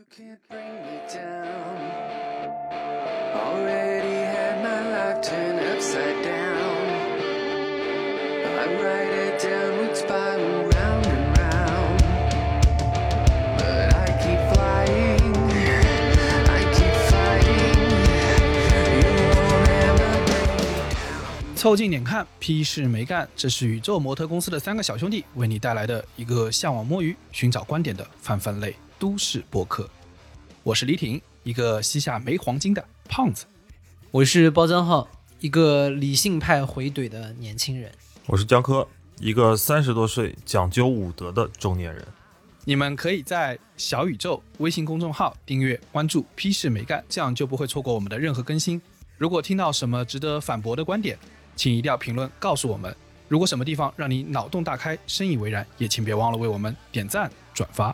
You can't bring me down. Already had my life turned upside down. I ride a downward spiral round and round. But I keep flying, I keep fighting. You won't ever bring me down. 凑近点看，屁事没干。这是宇宙模特公司的3个小兄弟为你带来的一个向往摸鱼、寻找观点的泛泛类都市播客。我是李挺，一个膝下没黄金的胖子。 我是包张浩，一个理性派回怼的年轻人。 我是江科，一个30多岁讲究武德的中年人。 你们可以在小宇宙微信公众号订阅关注屁事没干，这样就不会错过我们的任何更新。如果听到什么值得反驳的观点，请一定要评论告诉我们。如果什么地方让你脑洞大开、深以为然，也请别忘了为我们点赞转发。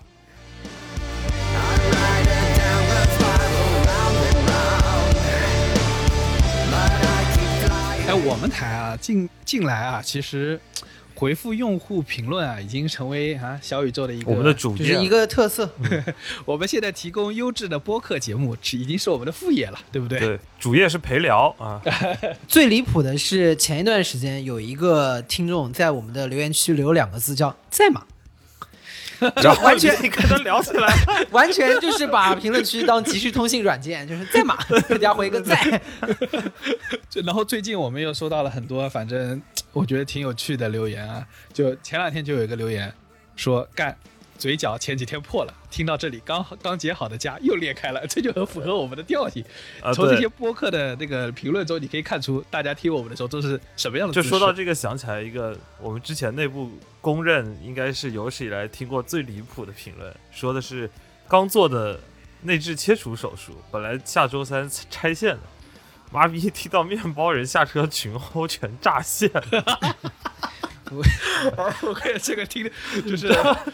我们台啊，近来啊，其实回复用户评论啊，已经成为小宇宙的一个我们的主业， 就是一个特色。 我们现在提供优质的播客节目，已经是我们的副业了，对不对？ 对，主业是陪聊啊。 最离谱的是，前一段时间有一个听众在我们的留言区留2个字叫“在吗”， 然后完全你跟他聊起来， 完全就是把评论区当即时通信软件，就是在吗，大家回一个在。 然后最近我们又收到了很多，反正我觉得挺有趣的留言啊。就前2天就有一个留言说，干嘴角前几天破了，听到这里刚结好的痂又裂开了，这就很符合我们的调性。从这些播客的那个评论中，你可以看出大家听我们的时候都是什么样的姿势。 就说到这个，想起来一个我们之前内部公认应该是有史以来听过最离谱的评论，说的是刚做的内置切除手术，本来下周3拆线的，妈逼听到面包人下车群殴全炸线了。 我看这个听的就是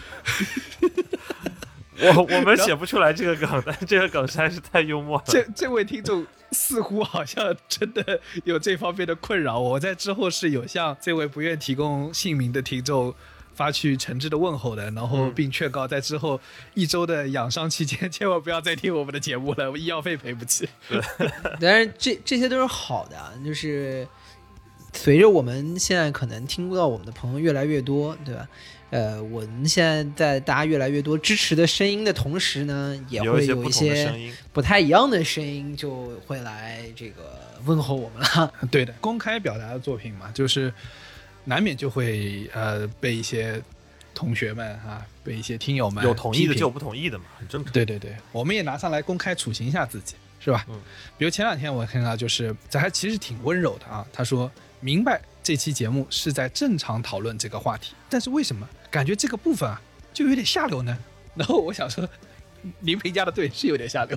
我们写不出来这个梗，但这个梗实在是太幽默了。 这位听众似乎好像真的有这方面的困扰，我在之后是有向这位不愿提供姓名的听众发去诚挚的问候的，然后并劝告在之后1周的养伤期间千万不要再听我们的节目了，医药费赔不起。 当然这些都是好的，就是随着我们现在可能听到我们的朋友越来越多，对吧？我们现在在大家越来越多支持的声音的同时呢，也会有一些不太一样的声音就会来这个问候我们了。 对的，公开表达的作品嘛，就是难免就会被一些同学们被一些听友们有同意的就有不同意的嘛，很正常。 对对对，我们也拿上来公开处刑一下自己，是吧？比如前2天我看到就是这还其实挺温柔的啊，他说明白这期节目是在正常讨论这个话题，但是为什么感觉这个部分就有点下流呢？然后我想说，您评价的对，是有点下流。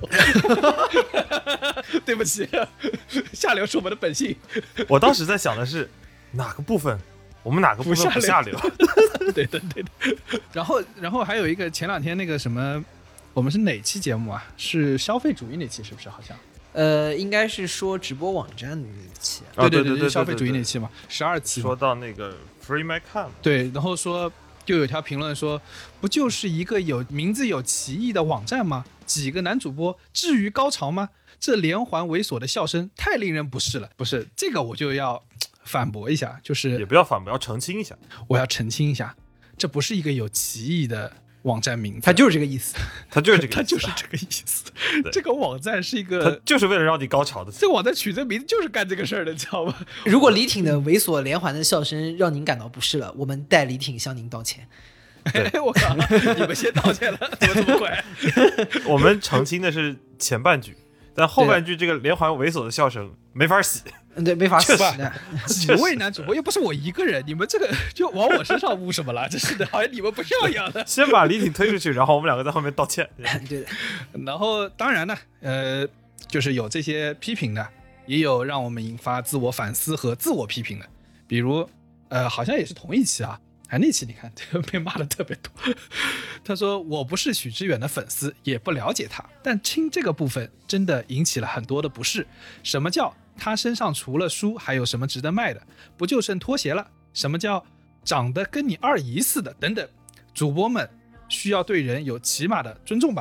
对不起，下流是我们的本性。 我当时在想的是哪个部分，我们哪个部分不下流？ 对的。然后还有一个前2天那个什么，我们是哪期节目啊？是消费主义那期是不是？好像。 应该是说直播网站的那期。 对，消费主义那期嘛，12期。 说到那个 Free My Cam， 对，然后说就有条评论说，不就是一个名字有歧义的网站吗？几个男主播至于高潮吗？这连环猥琐的笑声太令人不适了。不是这个，我就要反驳一下，就是也不要反驳，要澄清一下。 我要澄清一下，这不是一个有歧义的网站名字， 它就是这个意思， 它就是这个意思。这个网站是一个， 它就是为了让你高潮的。 这个网站取这名字就是干这个事儿的，你知道吗？ 如果李挺的猥琐连环的笑声让您感到不适了，我们代李挺向您道歉。 我靠，你们先道歉了，怎么这么快？ 我们澄清的是前半句，但后半句这个连环猥琐的笑声没法洗。 对，没法洗的。几位男主播又不是我一个人，你们这个就往我身上污什么了？真是的，好像你们不像样的。 先把李挺推出去，然后我们2个在后面道歉。 对的。 然后当然呢，就是有这些批评的，也有让我们引发自我反思和自我批评的，比如好像也是同一期啊。那期你看被骂的特别多。他说我不是许知远的粉丝，也不了解他，但亲这个部分真的引起了很多的不适。什么叫他身上除了书还有什么值得卖的？不就剩拖鞋了？什么叫长得跟你二姨似的？等等，主播们需要对人有起码的尊重吧。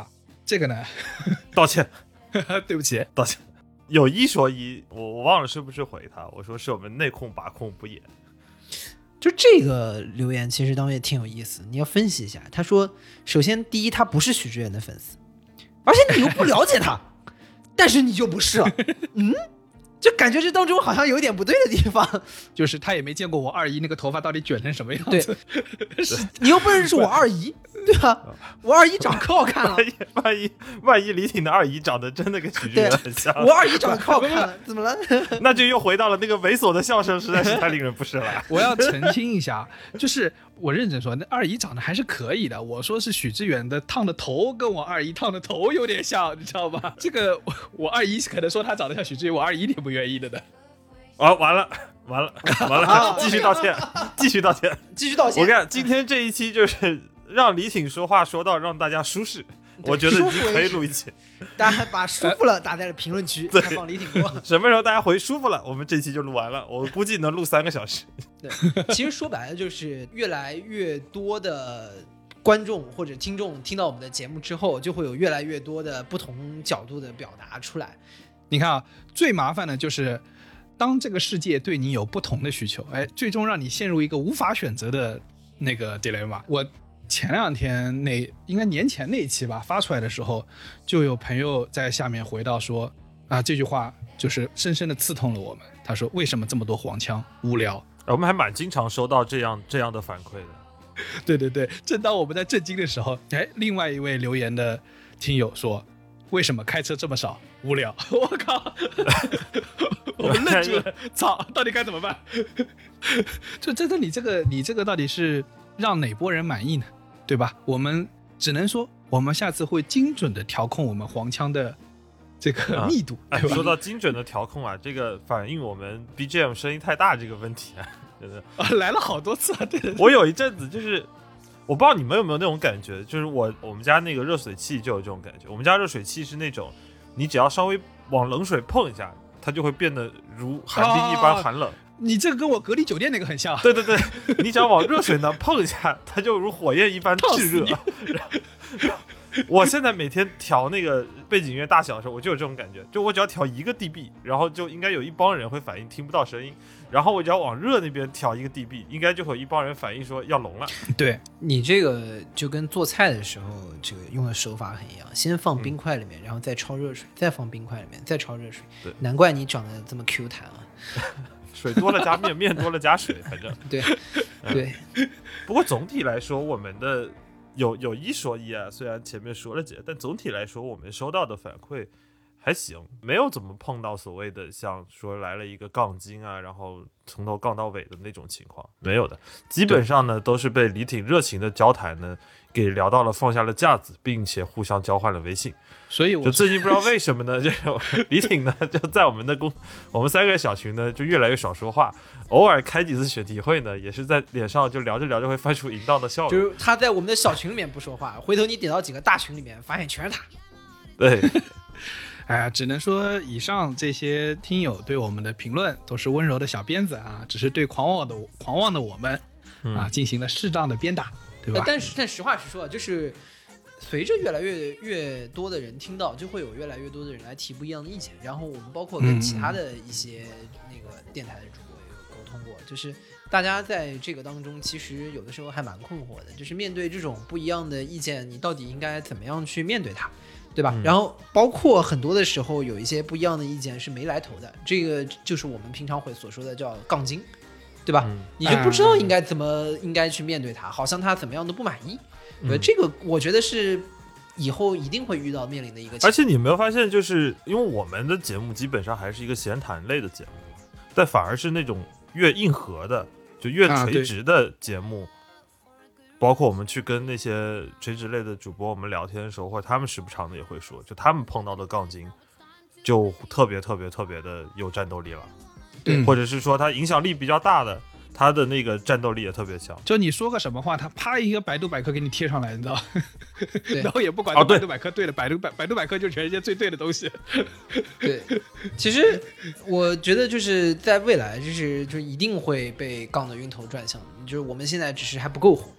这个呢， 道歉， 对不起， 道歉。有一说一，我忘了是不是回他，我说是我们内控把控不严。 就这个留言其实当时也挺有意思，你要分析一下。他说，首先第一，他不是许知远的粉丝，而且你又不了解他，但是你就不是了，就感觉这当中好像有点不对的地方。 就是他也没见过我二姨那个头发到底卷成什么样子。 你又不认识我二姨，对吧？我二姨长得可好看了。 万一李挺的二姨长得真的跟许知远很像， 我二姨长得可好看了，怎么了？ 那就又回到了那个猥琐的笑声，实在是太令人不适了。 我要澄清一下，就是我认真说，那二姨长得还是可以的。我说是许知远的烫的头跟我二姨烫的头有点像，你知道吧？这个我二姨可能说她长得像许知远，我二姨一点不愿意的呢。 完了，继续道歉。我看今天这一期就是让李挺说话说到让大家舒适，我觉得已经可以录一期。 大家把舒服了打在了评论区，开放李挺过。 什么时候大家回舒服了，我们这期就录完了。我估计能录3个小时。 对，其实说白了就是越来越多的观众或者听众听到我们的节目之后，就会有越来越多的不同角度的表达出来。 你看啊，最麻烦的就是当这个世界对你有不同的需求，最终让你陷入一个无法选择的那个 dilemma。我前2天应该年前那一期吧发出来的时候，就有朋友在下面回到说啊，这句话就是深深的刺痛了我们。他说为什么这么多黄腔，无聊。 我们还蛮经常收到这样的反馈的。 对对对，正当我们在震惊的时候，另外一位留言的听友说为什么开车这么少，无聊。我靠我们愣住了，操，到底该怎么办？就真的你这个到底是让哪波人满意呢？对吧？我们只能说我们下次会精准的调控我们黄腔的这个密度。 说到精准的调控啊，这个反映我们 BGM 声音太大这个问题啊，真的来了好多次啊。对， 我有一阵子就是我不知道你们有没有那种感觉，就是我们家那个热水器就有这种感觉。我们家热水器是那种你只要稍微往冷水碰一下，它就会变得如寒冰一般寒冷。 你这个跟我隔离酒店那个很像。 对对对，你只要往热水呢碰一下，它就如火焰一般炙热。我现在每天调那个背景乐大小的时候，我就有这种感觉，就我只要调1个 dB， 然后就应该有一帮人会反应听不到声音，然后我只要往热那边调1个 dB， 应该就会有一帮人反应说要聋了。 对， 你这个就跟做菜的时候这个用的手法很一样，先放冰块里面，然后再焯热水，再放冰块里面，再焯热水。 对， 难怪你长得这么 Q 弹啊！ 水多了加面，面多了加水，反正对对。 不过总体来说，我们的有一说一啊，虽然前面说了几个，但总体来说，我们收到的反馈还行，没有怎么碰到所谓的像说来了一个杠精啊，然后从头杠到尾的那种情况，没有的。基本上呢，都是被李挺热情的交谈呢给聊到了放下了架子，并且互相交换了微信。 所以我就最近不知道为什么呢，就李挺呢就在我们3个人小群呢就越来越少说话，偶尔开几次选题会呢，也是在脸上就聊着聊着会发出淫荡的笑容。 就是他在我们的小群里面不说话，回头你点到几个大群里面，发现全是他。 对。 哎呀，只能说以上这些听友对我们的评论都是温柔的小鞭子啊，只是对狂妄的我们啊进行了适当的鞭打，对吧？ 但实话实说，就是随着越来越多的人听到，就会有越来越多的人来提不一样的意见。然后我们包括跟其他的一些那个电台的主播也有沟通过，就是大家在这个当中其实有的时候还蛮困惑的，就是面对这种不一样的意见，你到底应该怎么样去面对它？对吧？然后包括很多的时候有一些不一样的意见是没来头的，这个就是我们平常会所说的叫杠精，对吧？你就不知道应该去面对他，好像他怎么样都不满意。这个我觉得是以后一定会面临的一个情况。 而且你有没有发现，就是因为我们的节目基本上还是一个闲谈类的节目，但反而是那种越硬核的就越垂直的节目，包括我们去跟那些垂直类的主播我们聊天的时候，或者他们时不常的也会说，就他们碰到的杠精就特别的有战斗力了，对，或者是说他影响力比较大的，他的那个战斗力也特别强。 就你说个什么话，他啪一个百度百科给你贴上来，你知道然后也不管百度百科对了，百度百科就是全世界最对的东西。 对，其实我觉得就是在未来就一定会被杠的晕头转向，就是我们现在只是还不够火，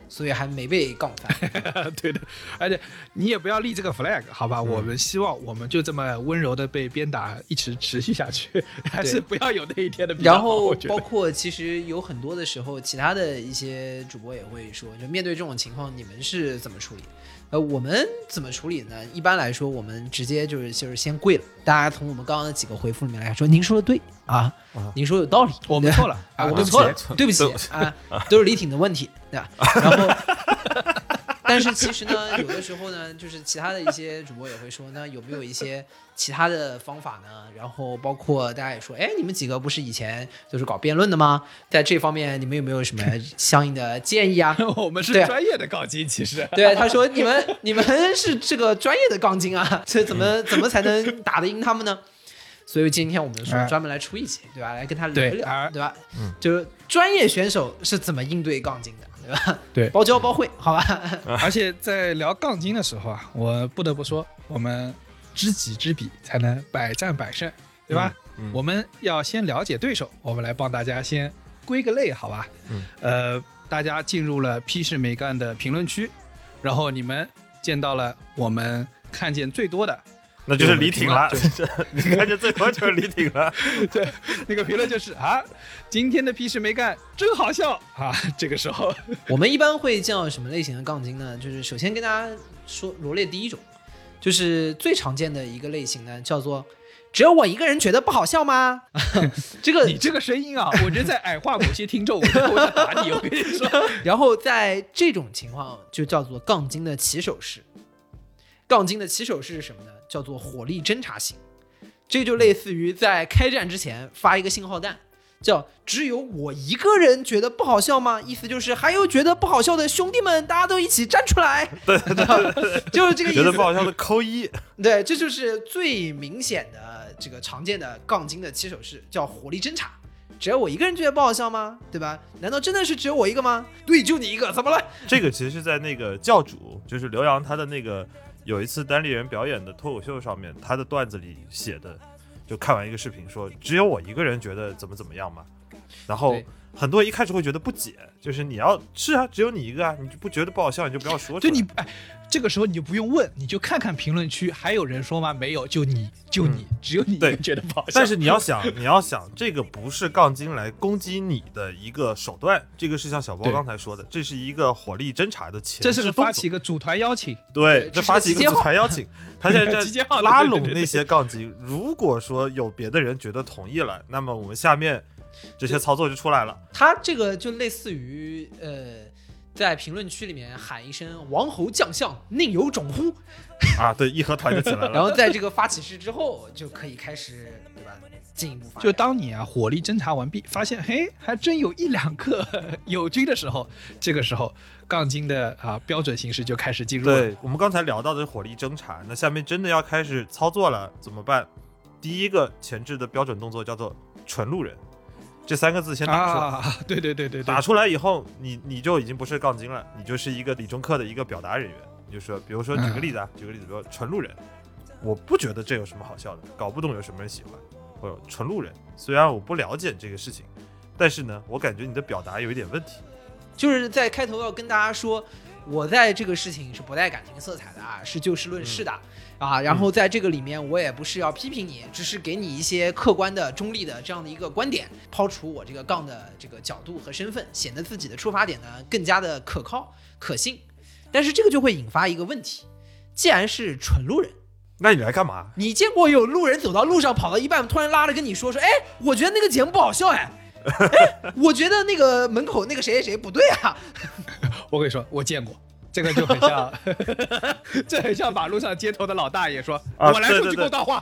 所以还没被杠翻。 对的，而且你也不要立这个 flag， 好吧？我们希望我们就这么温柔的被鞭打，一直持续下去，还是不要有那一天的比较好。 然后我觉得包括其实有很多的时候，其他的一些主播也会说，就面对这种情况，你们是怎么处理？我们怎么处理呢？一般来说，我们直接就是先跪了。大家从我们刚刚的几个回复里面来说，您说的对啊，您说有道理， 我们错了啊，我们错了，对不起啊，都是李挺的问题，对吧？然后，但是其实呢，有的时候呢，就是其他的一些主播也会说，那有没有一些其他的方法呢？然后包括大家也说，哎，你们几个不是以前都是搞辩论的吗？在这方面，你们有没有什么相应的建议啊？ 我们是对专业的杠精，其实对，他说你们是这个专业的杠精啊，这怎么才能打得赢他们呢？所以今天我们说专门来出一期，对吧？来跟他聊一聊，对吧？就是专业选手是怎么应对杠精的，对吧？ 对， 包教包会，好吧？ 而且在聊杠精的时候啊，我不得不说，我们知己知彼才能百战百胜，对吧？我们要先了解对手，我们来帮大家先归个类，好吧？大家进入了批示没干的评论区，然后你们见到了我们看见最多的。 那就是李挺了，你看见最多就是李挺了。 对，那个评论就是啊，今天的批示没干，真好笑啊！这个时候， 我们一般会见到什么类型的杠精呢？就是首先跟大家说罗列第一种，就是最常见的一个类型呢，叫做只有我一个人觉得不好笑吗？这个你这个声音啊，我觉得在矮化某些听众，我想打你，我跟你说。 然后在这种情况就叫做杠精的起手式。杠精的起手式是什么呢？叫做火力侦察型。这就类似于在开战之前发一个信号弹，叫只有我一个人觉得不好笑吗？意思就是还有觉得不好笑的兄弟们，大家都一起站出来。 对， 就是这个意思。 觉得不好笑的扣一。 对，这就是最明显的这个常见的杠精的起手式，叫火力侦察。只有我一个人觉得不好笑吗？对吧？难道真的是只有我一个吗？对，就你一个，怎么了？ 这个其实是在那个教主，就是刘洋他的那个有一次单立人表演的脱口秀上面，他的段子里写的，就看完一个视频说只有我一个人觉得怎么样嘛，然后很多人一开始会觉得不解，就是你要是啊，只有你一个啊，你不觉得不好笑你就不要说出来。 就你这个时候你就不用问，你就看看评论区还有人说吗？没有，就你，只有你一个人觉得不好笑。 但是你要想，这个不是杠精来攻击你的一个手段，这个是像小包刚才说的，这是一个火力侦察的前置动作， 这是发起一个组团邀请。 对，这发起一个组团邀请，他现在在拉拢那些杠精。如果说有别的人觉得同意了，那么我们下面这些操作就出来了。 他这个就类似于在评论区里面喊一声王侯将相宁有种乎啊，对，义和团就起来了。 然后在这个发起誓之后就可以开始，对吧，进一步发展。 就当你火力侦察完毕，发现嘿还真有一两个友军的时候，这个时候杠精的标准形式就开始进入了。 对，我们刚才聊到的是火力侦察，那下面真的要开始操作了，怎么办？第一个前置的标准动作叫做纯路人，这3个字先打出来。 对， 打出来以后，你就已经不是杠精了，你就是一个理中客的一个表达人员。你就说，比如说举个例子，比如说纯路人，我不觉得这有什么好笑的，搞不懂有什么人喜欢。或者纯路人，虽然我不了解这个事情，但是呢，我感觉你的表达有一点问题。 就是在开头要跟大家说，我在这个事情是不带感情色彩的啊，是就事论事的。然后在这个里面我也不是要批评你，只是给你一些客观的中立的这样的一个观点，抛除我这个杠的这个角度和身份，显得自己的出发点呢更加的可靠可信。但是这个就会引发一个问题，既然是纯路人， 那你来干嘛？ 你见过有路人走到路上跑到一半突然拉着跟你说哎，我觉得那个节目不好笑哎，我觉得那个门口那个谁谁谁不对啊。 我跟你说我见过，这个就很像这很像马路上街头的老大爷说我来说句公道话。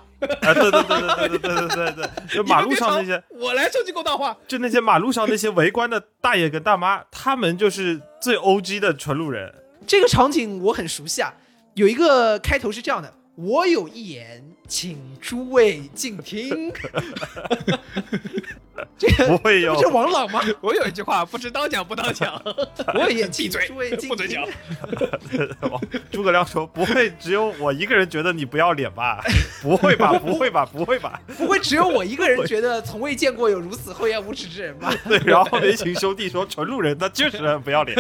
对，就马路上那些我来说句公道话， 就那些马路上那些围观的大爷跟大妈，他们就是最 OG 的纯路人。 这个场景我很熟悉啊，有一个开头是这样的，我有一言请诸位静听。 不会有不是王朗吗？ 我有一句话，不知当讲不当讲， 我也闭嘴， 诸位不准讲。 诸葛亮说：“不会只有我一个人觉得你不要脸吧？不会吧？不会吧？不会吧？ 不会只有我一个人觉得从未见过有如此厚颜无耻之人吧？” 对，然后雷霆兄弟说：“纯路人，他就是很不要脸。”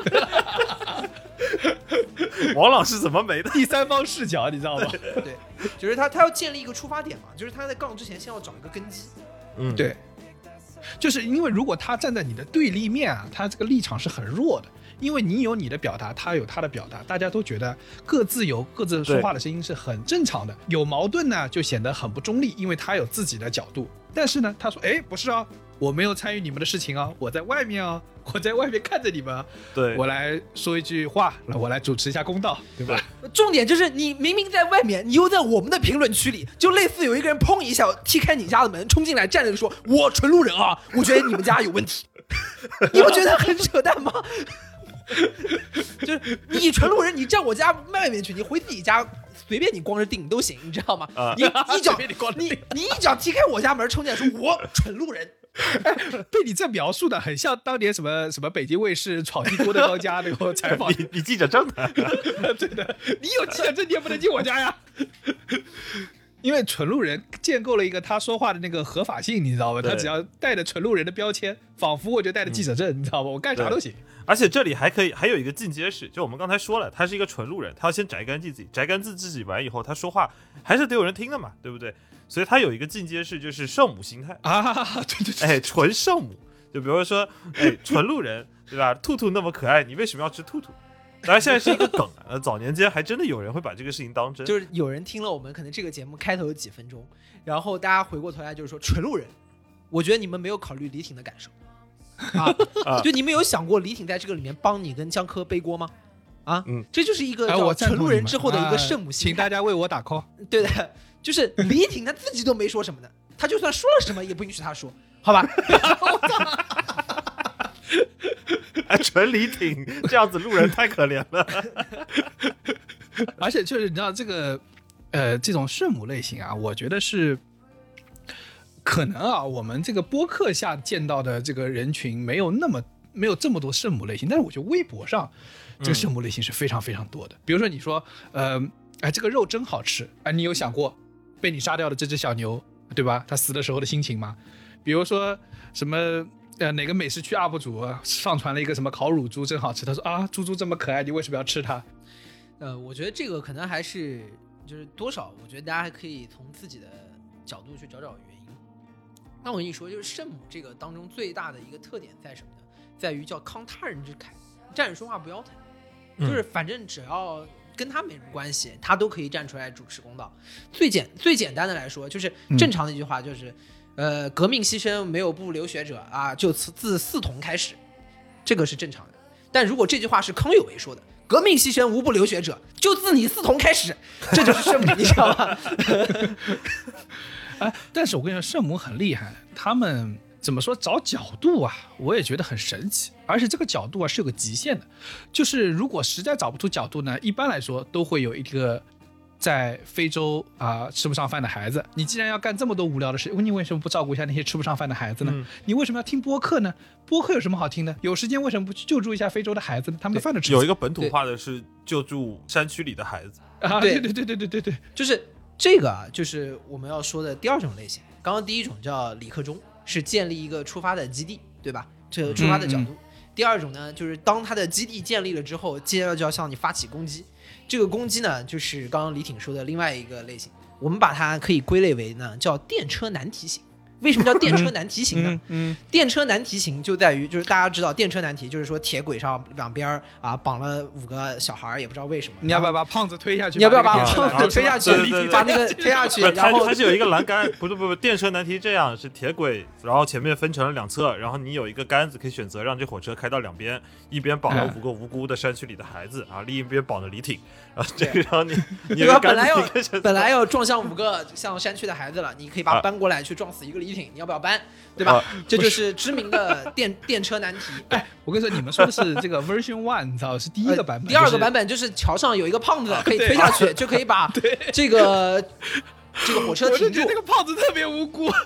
王朗是怎么没的？ 第三方视角，你知道吗？ 对，就是他要建立一个出发点嘛，就是他在杠之前先要找一个根基。 嗯， 对，就是因为如果他站在你的对立面啊，他这个立场是很弱的。因为你有你的表达，他有他的表达，大家都觉得各自有各自说话的声音是很正常的。有矛盾呢，就显得很不中立，因为他有自己的角度。但是呢，他说：“哎，不是啊，我没有参与你们的事情啊，我在外面啊，我在外面看着你们啊， 对， 我来说一句话，我来主持一下公道，对吧？” 重点就是你明明在外面，你又在我们的评论区里，就类似有一个人砰一下踢开你家的门，冲进来站着说：“我纯路人啊，我觉得你们家有问题。”你不觉得很扯淡吗？就是你纯路人，你站我家外面去，你回自己家随便你光着腚都行，你知道吗？你一脚你一脚踢开我家门，冲进来说我纯路人。 被你这描述的很像当年什么北京卫视闯进郭德纲家那个采访， 你记者证的， 对的，你有记者证你也不能进我家呀。因为纯路人建构了一个他说话的那个合法性，你知道吗？他只要带着纯路人的标签，仿佛我就带着记者证，你知道吗？我干啥都行。 而且这里还有一个进阶式，就我们刚才说了，他是一个纯路人，他要先摘干自己，摘干自己完以后，他说话还是得有人听的嘛，对不对？所以他有一个进阶式，就是圣母心态啊，对， 哎，纯圣母，就比如说，哎，纯路人，对吧？兔兔那么可爱，你为什么要吃兔兔？当然现在是一个梗啊，早年间还真的有人会把这个事情当真， 就是有人听了我们可能这个节目开头有几分钟，然后大家回过头来就是说纯路人，我觉得你们没有考虑李挺的感受啊，就你们有想过李挺在这个里面帮你跟江科背锅吗？啊，这就是一个叫纯路人之后的一个圣母心态， 请大家为我打 call。 对的，就是李挺他自己都没说什么的，他就算说了什么也不允许他说，好吧？ 哎，纯李挺这样子路人太可怜了。 而且就是你知道这个这种圣母类型啊，我觉得是可能啊，我们这个播客下见到的这个人群没有这么多圣母类型，但是我觉得微博上这个圣母类型是非常非常多的。比如说你说这个肉真好吃，你有想过被你杀掉的这只小牛，对吧？它死的时候的心情吗？比如说什么哪个美食区 UP 主上传了一个什么烤乳猪真好吃，他说啊，猪猪这么可爱，你为什么要吃它？ 我觉得这个可能还是就是多少，我觉得大家还可以从自己的角度去找找原因。那我跟你说，就是圣母这个当中最大的一个特点在什么呢？在于叫慷他人之慨，站着说话不腰疼，就是反正只要跟他没什么关系，他都可以站出来主持公道。最简单的来说，就是正常的一句话就是。革命牺牲没有不流血者啊，就自四同开始，这个是正常的。但如果这句话是康有为说的，革命牺牲无不流血者，就自你四同开始，这就是圣母，你知道吗？ 但是我跟你说，圣母很厉害，他们怎么说找角度啊，我也觉得很神奇。而且这个角度啊是有个极限的，就是如果实在找不出角度呢，一般来说都会有一个。在非洲吃不上饭的孩子，你既然要干这么多无聊的事，你为什么不照顾一下那些吃不上饭的孩子呢？你为什么要听播客呢？播客有什么好听的？有时间为什么不去救助一下非洲的孩子呢？他们的饭都吃不上。 有一个本土化的是救助山区里的孩子啊，对， 就是这个啊，就是我们要说的第二种类型。刚刚第一种叫李克忠，是建立一个出发的基地，对吧？这个出发的角度。第二种呢，就是当他的基地建立了之后，接着就要向你发起攻击。这个攻击呢，就是刚刚李挺说的另外一个类型，我们把它可以归类为呢叫电车难题型。为什么叫电车难题型呢？电车难题型就在于，就是大家知道电车难题，就是说铁轨上两边绑了5个小孩，也不知道为什么。 你要不要把胖子推下去？ 你要不要把胖子推下去？把那个推下去，然后它是有一个栏杆，不，电车难题这样是铁轨，然后前面分成了2侧，然后你有一个杆子可以选择让这火车开到2边，一边绑了5个无辜的山区里的孩子啊，另一边绑了李挺，然后这个然后你有个杆子本来要撞向5个像山区的孩子了，你可以把它搬过来去撞死1个李挺，你要不要搬？对吧？这就是知名的电车难题。 哎，我跟你说，你们说的是这个 version 1，你知道是第1个版本。 第2个版本就是桥上有一个胖子可以推下去，就可以把这个火车停住。 我就觉得那个胖子特别无辜。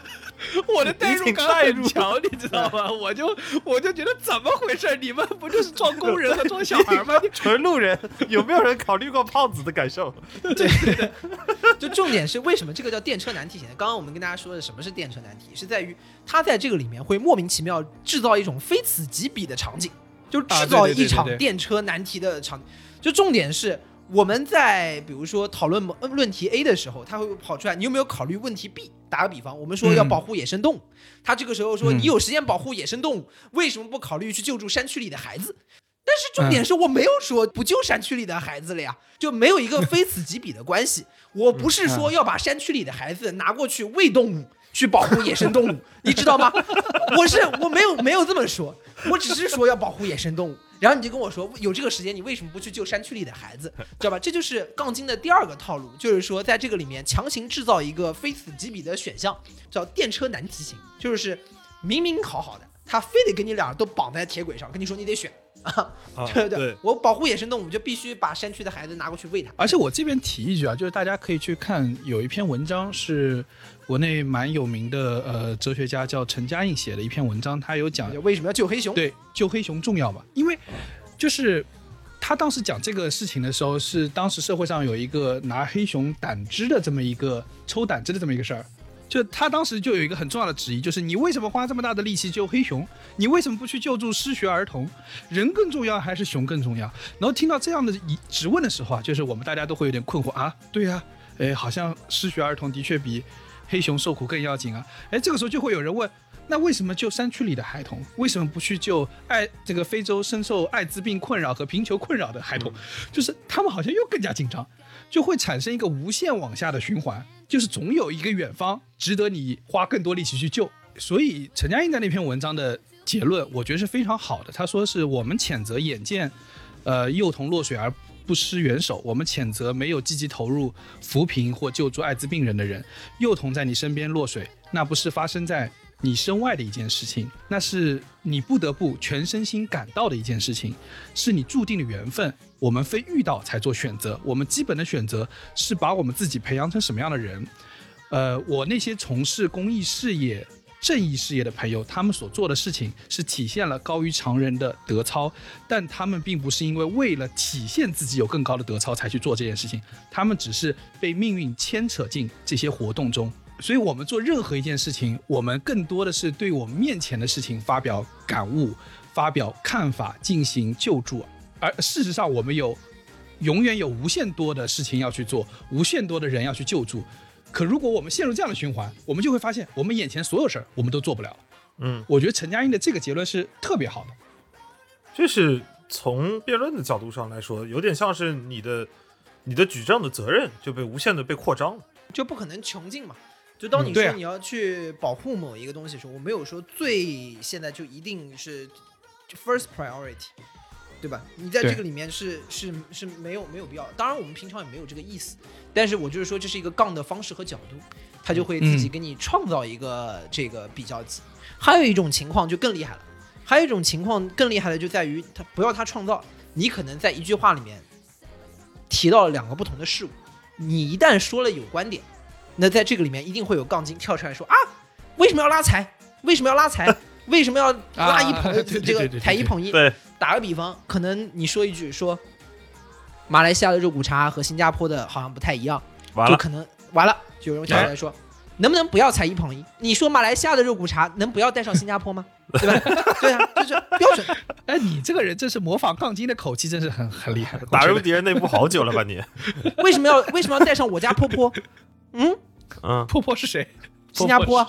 我的代入感很强，你知道吗？我就觉得怎么回事？你们不就是装工人和装小孩吗？ 纯路人，有没有人考虑过胖子的感受？ 对，就重点是为什么这个叫电车难题型？刚刚我们跟大家说的什么是电车难题，是在于它在这个里面会莫名其妙制造一种非此即彼的场景，就制造一场电车难题的场景。就重点是我们在比如说讨论论题 A 的时候，它会跑出来，你有没有考虑问题 B？ 打个比方，我们说要保护野生动物，他这个时候说你有时间保护野生动物，为什么不考虑去救助山区里的孩子？但是重点是我没有说不救山区里的孩子了呀，就没有一个非此即彼的关系。我不是说要把山区里的孩子拿过去喂动物，去保护野生动物，你知道吗？我没有这么说，我只是说要保护野生动物。然后你就跟我说有这个时间，你为什么不去救山区里的孩子？知道吧？这就是杠精的第二个套路，就是说在这个里面强行制造一个非此即彼的选项，叫电车难题型，就是明明好好的，他非得跟你俩都绑在铁轨上，跟你说你得选。对，我保护野生动物就必须把山区的孩子拿过去喂它。 而且我这边提一句啊，就是大家可以去看有一篇文章是国内蛮有名的哲学家叫陈嘉映写的一篇文章，他有讲为什么要救黑熊。 对，救黑熊重要嘛，因为就是他当时讲这个事情的时候，是当时社会上有一个拿黑熊胆汁的这么一个抽胆汁的这么一个事儿。就他当时就有一个很重要的质疑，就是你为什么花这么大的力气救黑熊？你为什么不去救助失学儿童？人更重要还是熊更重要？然后听到这样的质问的时候啊，就是我们大家都会有点困惑啊，对啊，好像失学儿童的确比黑熊受苦更要紧啊。这个时候就会有人问，那为什么救山区里的孩童？为什么不去救这个非洲深受艾滋病困扰和贫穷困扰的孩童？就是他们好像又更加紧张，就会产生一个无限往下的循环。就是总有一个远方值得你花更多力气去救。所以陈嘉映在那篇文章的结论我觉得是非常好的，他说是我们谴责眼见幼童落水而不施援手，我们谴责没有积极投入扶贫或救助艾滋病人的人。幼童在你身边落水，那不是发生在你身外的一件事情，那是你不得不全身心感到的一件事情，是你注定的缘分。我们非遇到才做选择，我们基本的选择是把我们自己培养成什么样的人。我那些从事公益事业、正义事业的朋友，他们所做的事情是体现了高于常人的德操，但他们并不是因为了体现自己有更高的德操才去做这件事情，他们只是被命运牵扯进这些活动中。所以我们做任何一件事情，我们更多的是对我们面前的事情发表感悟、发表看法，进行救助。而事实上我们永远有无限多的事情要去做，无限多的人要去救助。可如果我们陷入这样的循环，我们就会发现我们眼前所有事儿我们都做不了了。我觉得陈嘉映的这个结论是特别好的。 就是从辩论的角度上来说，有点像是你的举证的责任就被无限的被扩张了， 就不可能穷尽嘛。就当你说你要去保护某一个东西的时候，我没有说现在就一定是 first priority， 对吧？你在这个里面是没有必要。当然我们平常也没有这个意思，但是我就是说这是一个杠的方式和角度，他就会自己给你创造一个这个比较级。还有一种情况就更厉害了，还有一种情况更厉害的就在于他不要他创造，你可能在一句话里面提到了两个不同的事物，你一旦说了有观点，那在这个里面一定会有杠精跳出来说啊，为什么要拉财？为什么要拉财？为什么要拉一捧这个抬一捧一？ 对， 打个比方，可能你说一句说马来西亚的肉骨茶和新加坡的好像不太一样，就可能完了，就有人跳出来说，能不能不要踩一捧一？你说马来西亚的肉骨茶能不要带上新加坡吗？对吧？对啊，这是标准。 你这个人真是模仿杠精的口气，真是很厉害。 打入敌人内部好久了吧你？ 为什么要带上我家婆婆？ 婆婆是谁？ 新加坡。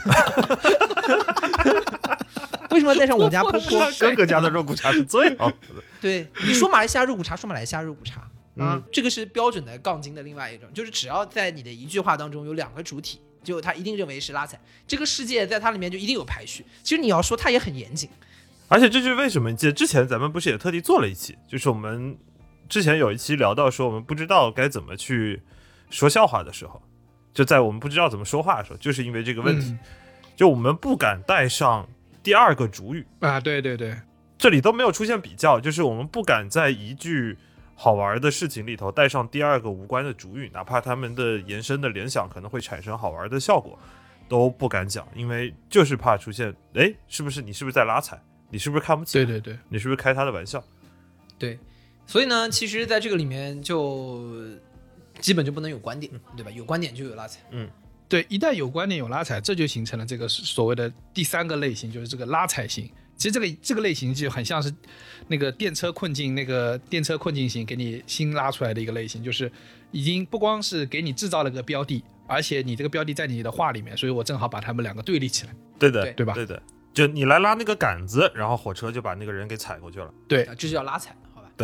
为什么要带上我家婆婆？ 哥哥家的肉骨茶是最好的。 对，你说马来西亚肉骨茶，说马来西亚肉骨茶啊，这个是标准的杠精的另外一种，就是只要在你的一句话当中有两个主体，就他一定认为是拉踩。这个世界在它里面就一定有排序。其实你要说它也很严谨， 而且这就是为什么你记得之前咱们不是也特地做了一期，就是我们之前有一期聊到说我们不知道该怎么去说笑话的时候，就在我们不知道怎么说话的时候，就是因为这个问题，就我们不敢带上第二个主语啊，对对对， 这里都没有出现比较，就是我们不敢在一句好玩的事情里头带上第二个无关的主语，哪怕他们的延伸的联想可能会产生好玩的效果， 都不敢讲，因为就是怕出现，哎，你是不是在拉踩？你是不是看不起？ 对对对， 你是不是开他的玩笑？ 对，所以呢，其实在这个里面就基本就不能有观点，对吧？有观点就有拉踩。 对，一旦有观点有拉踩，这就形成了这个所谓的第三个类型，就是这个拉踩型。其实这个类型就很像是那个电车困境型给你新拉出来的一个类型，就是已经不光是给你制造了个标的，而且你这个标的在你的话里面，所以我正好把他们两个对立起来。 对的， 对吧？ 对的，就你来拉那个杆子，然后火车就把那个人给踩过去了。 对， 这就叫拉踩，好吧？ 对。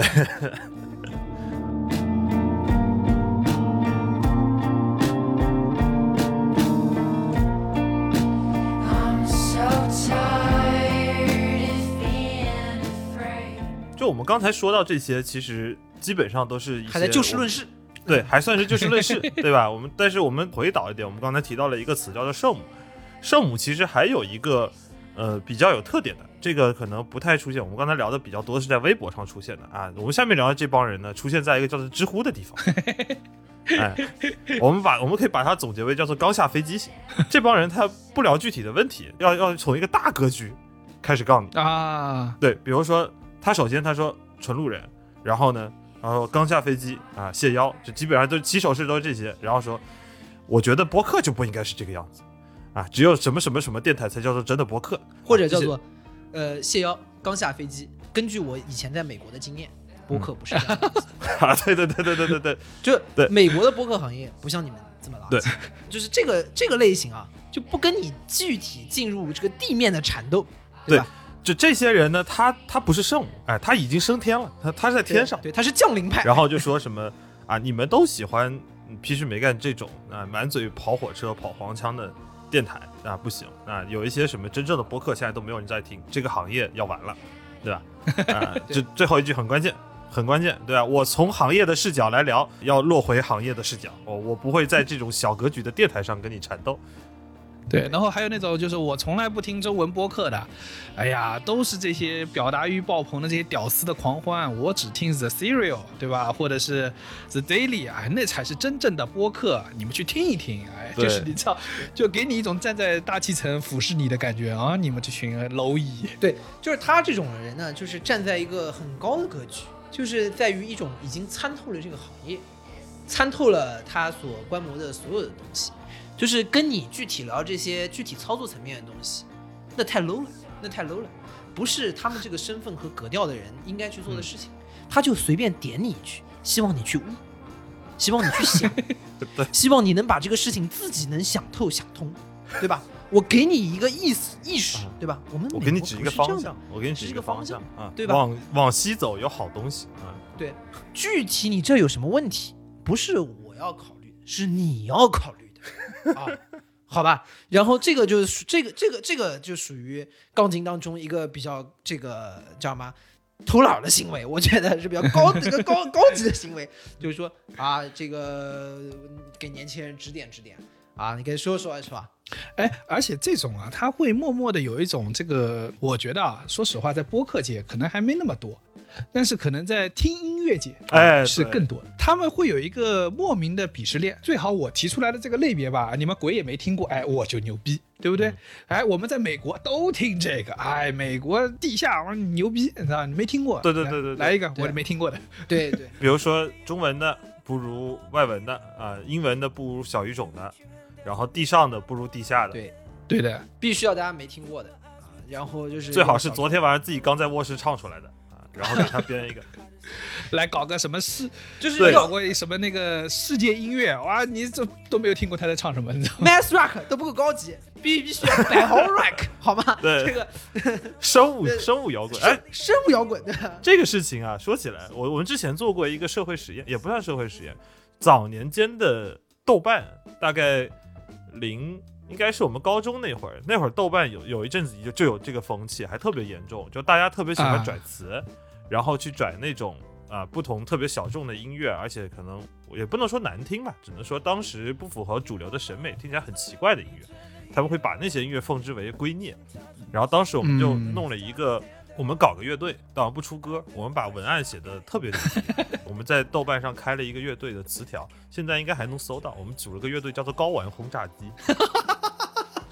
就我们刚才说到这些，其实基本上都是一些还在就事论事， 对，还算是就事论事，对吧？但是我们回导一点，我们刚才提到了一个词叫做圣母。圣母其实还有一个比较有特点的，这个可能不太出现。我们刚才聊的比较多是在微博上出现的啊。我们下面聊的这帮人呢，出现在一个叫做知乎的地方。哎，我们可以把它总结为叫做刚下飞机型。这帮人他不聊具体的问题，要从一个大格局开始杠你啊。 对，比如说首先他说纯路人，然后刚下飞机啊，谢邀，就基本上都起手式都是这些。然后说，我觉得播客就不应该是这个样子啊，只有什么什么什么电台才叫做真的播客， 或者叫做谢邀刚下飞机。根据我以前在美国的经验，播客不是这样的啊，对， 就美国的播客行业不像你们这么垃圾， 对， 就是这个类型啊，就不跟你具体进入这个地面的缠斗，对吧？ 就这些人呢，他不是圣母，哎，他已经升天了，他是在天上， 对，他是降临派。 然后就说什么啊，你们都喜欢屁事没干这种啊，满嘴跑火车、跑黄腔的电台啊，不行啊，有一些什么真正的播客现在都没有人在听，这个行业要完了，对吧？啊，这最后一句很关键，对吧？我从行业的视角来聊，要落回行业的视角，我不会在这种小格局的电台上跟你缠斗。 对，然后还有那种就是我从来不听中文播客的，哎呀，都是这些表达欲爆棚的这些屌丝的狂欢，我只听 The Serial， 对吧？或者是 The Daily 啊，那才是真正的播客，你们去听一听，哎，就是你知道，就给你一种站在大气层俯视你的感觉啊，你们这群蝼蚁。 对，就是他这种人呢，就是站在一个很高的格局，就是在于一种已经参透了这个行业，参透了他所观摩的所有的东西。就是跟你具体聊这些具体操作层面的东西，那太 low 了，不是他们这个身份和格调的人应该去做的事情。他就随便点你一句，希望你去悟，希望你去想，希望你能把这个事情自己能想透想通，对吧？我给你一个意识，对吧？我给你指一个方向， 啊， 对吧？ 往西走有好东西啊。对， 具体你这有什么问题，不是我要考虑的，是你要考虑。啊，好吧，然后这个就是这个就属于杠精当中一个比较这个叫什么偷懒的行为，我觉得是比较高级的行为，就是说啊，这个给年轻人指点啊，你可以说是吧？ 哎，而且这种啊，他会默默的有一种这个，我觉得啊，说实话，在播客界可能还没那么多。但是可能在听音乐界，是更多的。他们会有一个莫名的鄙视链，最好我提出来的这个类别吧，你们鬼也没听过，哎，我就牛逼，对不对？哎，我们在美国都听这个，哎，美国地下牛逼，你知道你没听过？ 对， 来一个我没听过的。 对， 比如说中文的不如外文的啊，英文的不如小语种的，然后地上的不如地下的， 对的， 必须要大家没听过的啊，然后就是最好是昨天晚上自己刚在卧室唱出来的。然后给他编一个， 来搞个什么就是搞过什么那个世界音乐，哇，你这都没有听过他在唱什么，你知道吗 ？Mass rock 都不够高级，必须要百豪 rock 好吗？ 对， 这个生物摇滚，哎， 生物摇滚这个事情啊，说起来，我们之前做过一个社会实验，也不算社会实验，早年间的豆瓣，大概应该是我们高中那会儿豆瓣有一阵子就有这个风气，还特别严重，就大家特别喜欢拽词。然后去拽那种不同特别小众的音乐，而且可能也不能说难听吧，只能说当时不符合主流的审美，听起来很奇怪的音乐，他们会把那些音乐奉之为圭臬。然后当时我们就弄了一个，我们搞个乐队，当然不出歌，我们把文案写的特别牛逼，我们在豆瓣上开了一个乐队的词条，现在应该还能搜到，我们组了个乐队叫做睾丸轰炸机。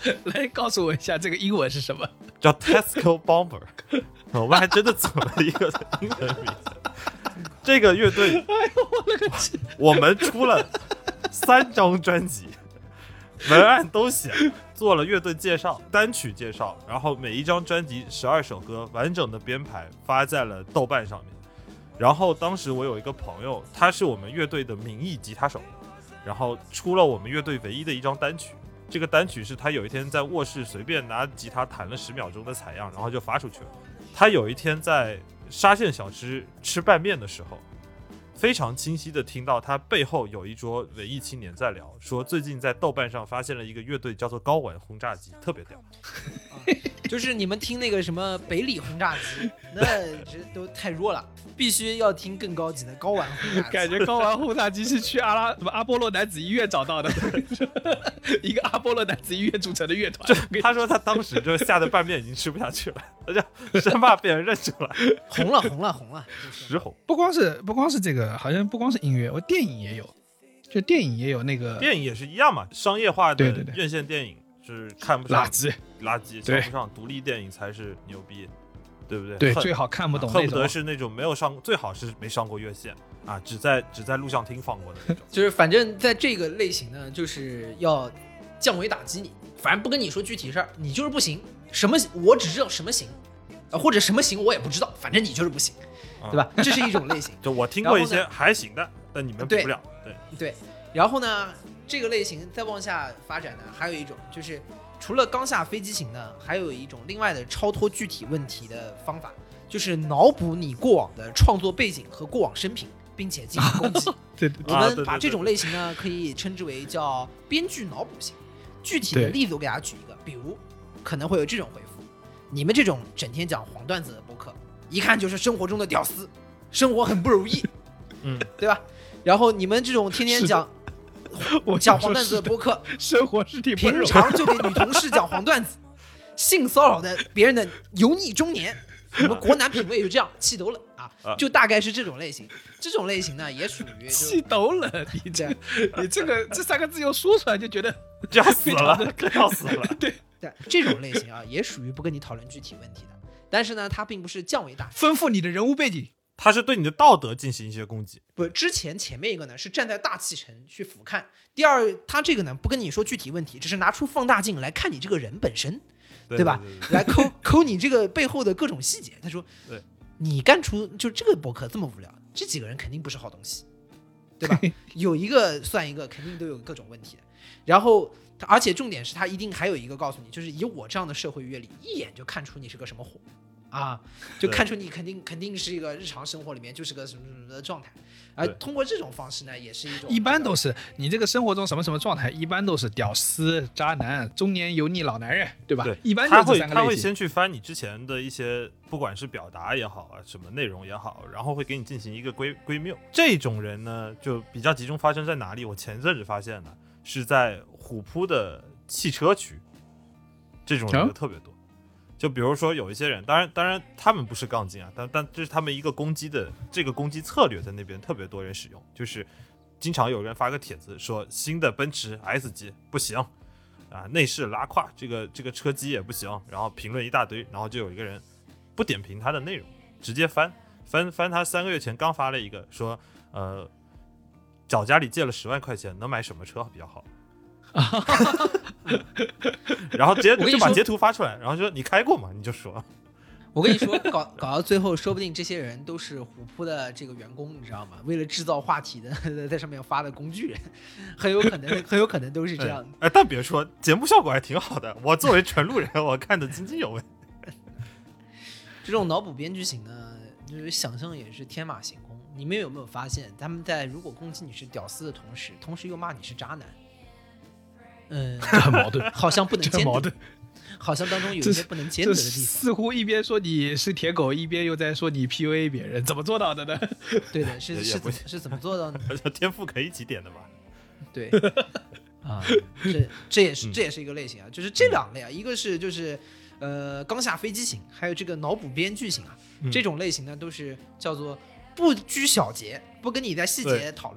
来告诉我一下这个英文是什么？ 叫 Tesco Bomber， 我们还真的组了一个英文名字。这个乐队，我们出了3张专辑，文案都写了，做了乐队介绍、单曲介绍，然后每一张专辑12首歌完整的编排发在了豆瓣上面。然后当时我有一个朋友，他是我们乐队的名义吉他手，然后出了我们乐队唯一的一张单曲。这个单曲是他有一天在卧室随便拿吉他弹了10秒钟的采样，然后就发出去了。他有一天在沙县小吃吃拌面的时候，非常清晰的听到他背后有一桌文艺青年在聊，说最近在豆瓣上发现了一个乐队叫做高玩轰炸机，特别屌。 就是你们听那个什么北里轰炸机，那这都太弱了，必须要听更高级的高玩轰炸机。 感觉高玩轰炸机是去阿波罗男子医院找到的，一个阿波罗男子医院组成的乐团。 他说他当时就吓得拌面已经吃不下去了，他就生怕被人认出来。 红了， 实红。 不光是这个，好像不光是音乐，我电影也有，就电影也有那个电影也是一样嘛，商业化的对院线电影是看不上垃圾， 瞧不上，独立电影才是牛逼，对不对？ 对，最好看不懂那种， 恨不得是那种没有上，最好是没上过院线啊，只在录像厅放过的那种。 就是反正在这个类型呢，就是要降维打击你，反正不跟你说具体事儿，你就是不行。什么我只知道什么行，或者什么行我也不知道，反正你就是不行，对吧？这是一种类型。 就我听过一些还行的，但你们比不了。 对。然后呢，这个类型再往下发展呢，还有一种就是除了刚下飞机型呢，还有一种另外的超脱具体问题的方法，就是脑补你过往的创作背景和过往生平，并且进行攻击。 对， 我们把这种类型呢，可以称之为叫编剧脑补型。具体的例子我给大家举一个，比如可能会有这种回复：你们这种整天讲黄段子的播客，一看就是生活中的屌丝，生活很不容易，对吧？然后你们这种天天讲黄段子的播客， 生活是挺不容易， 平常就给女同事讲黄段子，性骚扰的别人的油腻中年，你们国男品味就这样气抖冷啊，就大概是这种类型。这种类型呢，也属于气抖冷。你这个这3个字又说出来就觉得就要死了，要死了。 对，这种类型啊，也属于不跟你讨论具体问题的，但是呢，它并不是降维打击， 丰富你的人物背景。 他是对你的道德进行一些攻击。 不，前面一个呢是站在大气层去俯瞰，第二，他这个呢不跟你说具体问题，只是拿出放大镜来看你这个人本身，对吧？来抠你这个背后的各种细节。他说，你干出就这个博客这么无聊，这几个人肯定不是好东西，对吧？有一个算一个，肯定都有各种问题的。然后，而且重点是他一定还有一个告诉你，就是以我这样的社会阅历，一眼就看出你是个什么货。啊，就看出你肯定是一个日常生活里面就是个什么什么的状态，而通过这种方式呢，也是一种一般都是你这个生活中什么什么状态，一般都是屌丝、渣男、中年油腻老男人，对吧？ 对， 一般就是这3个类型。 他会先去翻你之前的一些，不管是表达也好啊，什么内容也好，然后会给你进行一个归谬。这种人呢，就比较集中发生在哪里？我前阵子发现的是在虎扑的汽车区，这种人就特别多。就比如说有一些人，当然他们不是杠精啊，但这是他们一个攻击的这个攻击策略，在那边特别多人使用，就是经常有人发个帖子说新的奔驰 S 级不行啊，内饰拉胯，这个车机也不行，然后评论一大堆，然后就有一个人不点评他的内容，直接翻他3个月前刚发了一个说找家里借了10万块钱能买什么车比较好。然后直接就把截图发出来，然后说你开过吗？你就说。 我跟你说，搞到最后，说不定这些人都是虎扑的这个员工，你知道吗？为了制造话题的，在上面发的工具人，很有可能都是这样的。 但别说，节目效果还挺好的。我作为纯路人，我看得津津有味。 这种脑补编剧型呢，就是想象也是天马行空。你们有没有发现，他们在如果攻击你是屌丝的同时又骂你是渣男？ 很矛盾， 好像不能兼得， 矛盾， 好像当中有一些不能兼得的地方。 似乎一边说你是铁狗，一边又在说你 PUA 别人，怎么做到的呢？ 对的，是怎么做到的呢？ 天赋可以一起点的吧？ 对，啊，这也是一个类型啊，就是这2类啊，一个是就是刚下飞机型，还有这个脑补编剧型啊，这种类型呢都是叫做不拘小节，不跟你在细节讨论。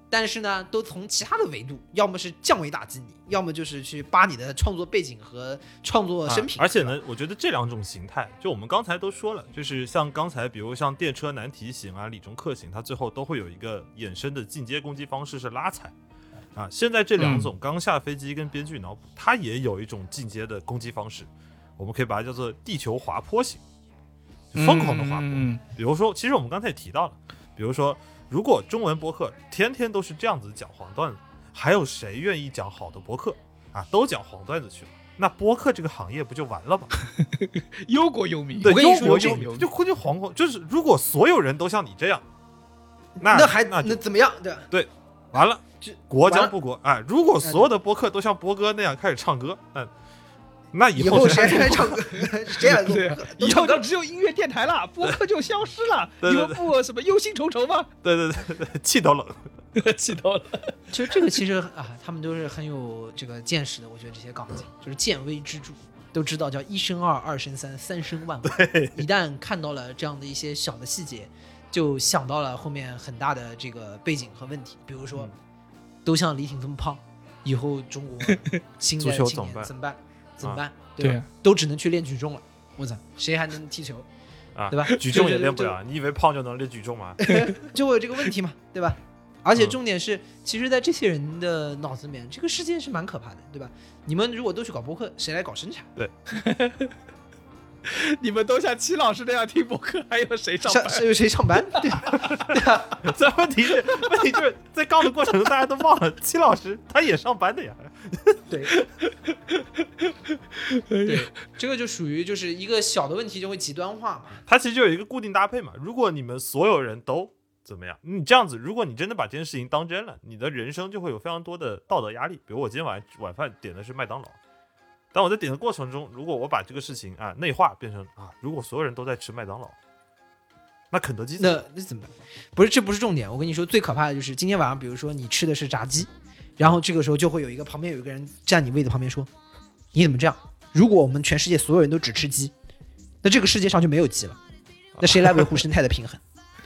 但是呢，都从其他的维度，要么是降维打击你，要么就是去扒你的创作背景和创作生平。 而且呢，我觉得这两种形态，就我们刚才都说了，就是像刚才比如像电车难题型啊、理中客型，它最后都会有一个衍生的进阶攻击方式是拉踩啊。现在这两种刚下飞机跟编剧脑补，它也有一种进阶的攻击方式，我们可以把它叫做地球滑坡型，就疯狂的滑坡。比如说，其实我们刚才也提到了，比如说。如果中文播客天天都是这样子讲黄段子，还有谁愿意讲好的播客啊？都讲黄段子去了，那播客这个行业不就完了吗？ 忧国忧民， 对，忧国忧民，就估计黄国就是如果所有人都像你这样，那怎么样？ 对，完了，国将不国。哎，如果所有的播客都像波哥那样开始唱歌，那以后谁来唱歌？谁来做播客？ 以后就只有音乐电台了，播客就消失了。你们不什么忧心忡忡吗？ 对，气都冷， 气都冷。 其实这个他们都是很有这个见识的。我觉得这些杠精就是见微知著，都知道叫一生二，二生三，三生万物。一旦看到了这样的一些小的细节，就想到了后面很大的这个背景和问题。比如说，都像李挺这么胖，以后中国新的青年怎么办？怎么办？对吧？都只能去练举重了。我操，谁还能踢球啊？对吧？ 举重也练不了，你以为胖就能练举重吗？ 就会有这个问题嘛，对吧？而且重点是，其实，在这些人的脑子里面，这个世界是蛮可怕的，对吧？你们如果都去搞播客，谁来搞生产？ 对。 你们都像戚老师那样听播客，还有谁上班？ 有谁上班？对啊。 这问题就是在杠的过程中，大家都忘了戚老师他也上班的呀。 对，这个就属于就是一个小的问题就会极端化嘛。 它其实就有一个固定搭配嘛。如果你们所有人都怎么样，你这样子，如果你真的把这件事情当真了，你的人生就会有非常多的道德压力。比如我今天晚饭点的是麦当劳。但我在点的过程中，如果我把这个事情内化变成如果所有人都在吃麦当劳，那肯德基那怎么办？不是，这不是重点。我跟你说，最可怕的就是今天晚上，比如说你吃的是炸鸡，然后这个时候就会旁边有一个人站你位子旁边说：“你怎么这样？如果我们全世界所有人都只吃鸡，那这个世界上就没有鸡了，那谁来维护生态的平衡？”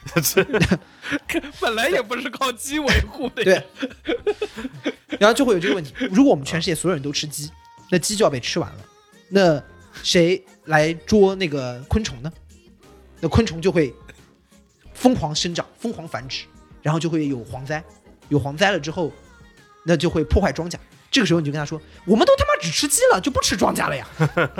本来也不是靠鸡维护的。 对。然后就会有这个问题：如果我们全世界所有人都吃鸡，那鸡就要被吃完了，那谁来捉那个昆虫呢？那昆虫就会疯狂生长、疯狂繁殖，然后就会有蝗灾，有蝗灾了之后，那就会破坏庄稼。这个时候你就跟他说：“我们都他妈只吃鸡了，就不吃庄稼了呀！”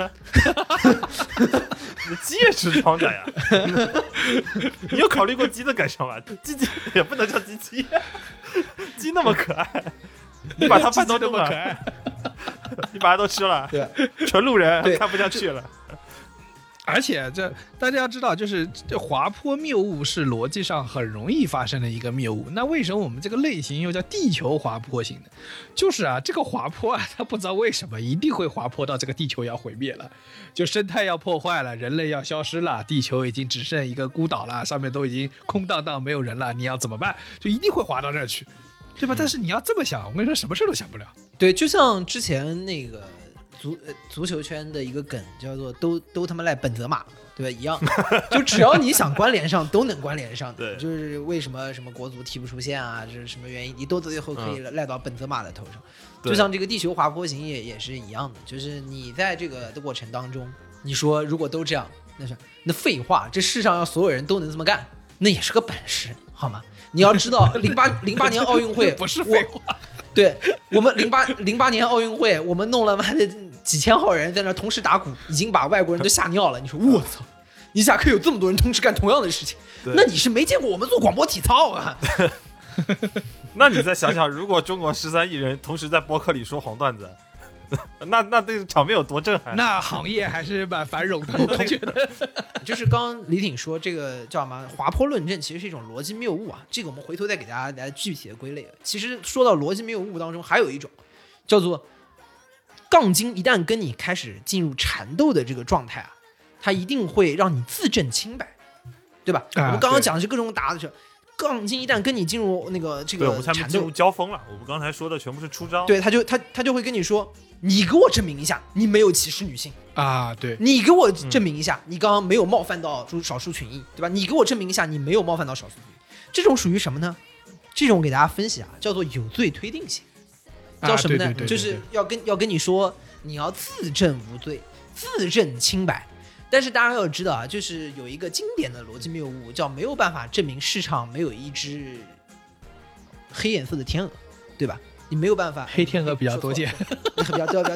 鸡也吃庄稼呀？你有考虑过鸡的感受吗？鸡也不能叫鸡，鸡那么可爱，你把它拌到那么可爱。你把它都吃了， 对， 纯路人看不下去了。 而且大家要知道，就是这滑坡谬误是逻辑上很容易发生的一个谬误。那为什么我们这个类型又叫地球滑坡型呢？就是这个滑坡它不知道为什么一定会滑坡到这个地球要毁灭了，就生态要破坏了，人类要消失了，地球已经只剩一个孤岛了，上面都已经空荡荡没有人了，你要怎么办？就一定会滑到那儿去。对吧？但是你要这么想，我跟你说，什么事都想不了。 对，就像之前那个足球圈的一个梗叫做都他妈赖本泽马，对吧？一样，就只要你想关联上，都能关联上。 对， 就是为什么国足踢不出线啊，这是什么原因？你都最后可以赖到本泽马的头上。就像这个地球滑坡型也是一样的，就是你在这个的过程当中，你说如果都这样，那废话，这世上要所有人都能这么干，那也是个本事，好吗？你要知道08年奥运会不是废话， 对，我们08年奥运会，我们弄了妈的几千号人在那同时打鼓，已经把外国人都吓尿了。你说我操，一下可以有这么多人同时干同样的事情，那你是没见过我们做广播体操啊？ 那你再想想，如果中国13亿人同时在播客里说黄段子，那这个场面有多震撼？ 那行业还是蛮繁荣的，我觉得。 就是刚刚李挺说这个叫什么滑坡论证，其实是一种逻辑谬误啊。这个我们回头再给大家来具体的归类。其实说到逻辑谬误当中，还有一种叫做杠精，一旦跟你开始进入缠斗的这个状态它一定会让你自证清白，对吧？我们刚刚讲的是各种打的时候。杠精一旦跟你进入这个我们才没进入交锋了。我们刚才说的全部是出招。 对，他就会跟你说，你给我证明一下，你没有歧视女性啊！对， 你给我证明一下，你刚刚没有冒犯到少数群裔，对吧？你给我证明一下，你没有冒犯到少数群裔。这种属于什么呢？ 这种给大家分析啊，叫做有罪推定型，叫什么呢？ 对对对对对就是要跟你说，你要自证无罪，自证清白。但是大家要知道啊，就是有一个经典的逻辑谬误，叫没有办法证明世上没有一只黑颜色的天鹅，对吧？你没有办法， 黑天鹅比较多见， 比较多。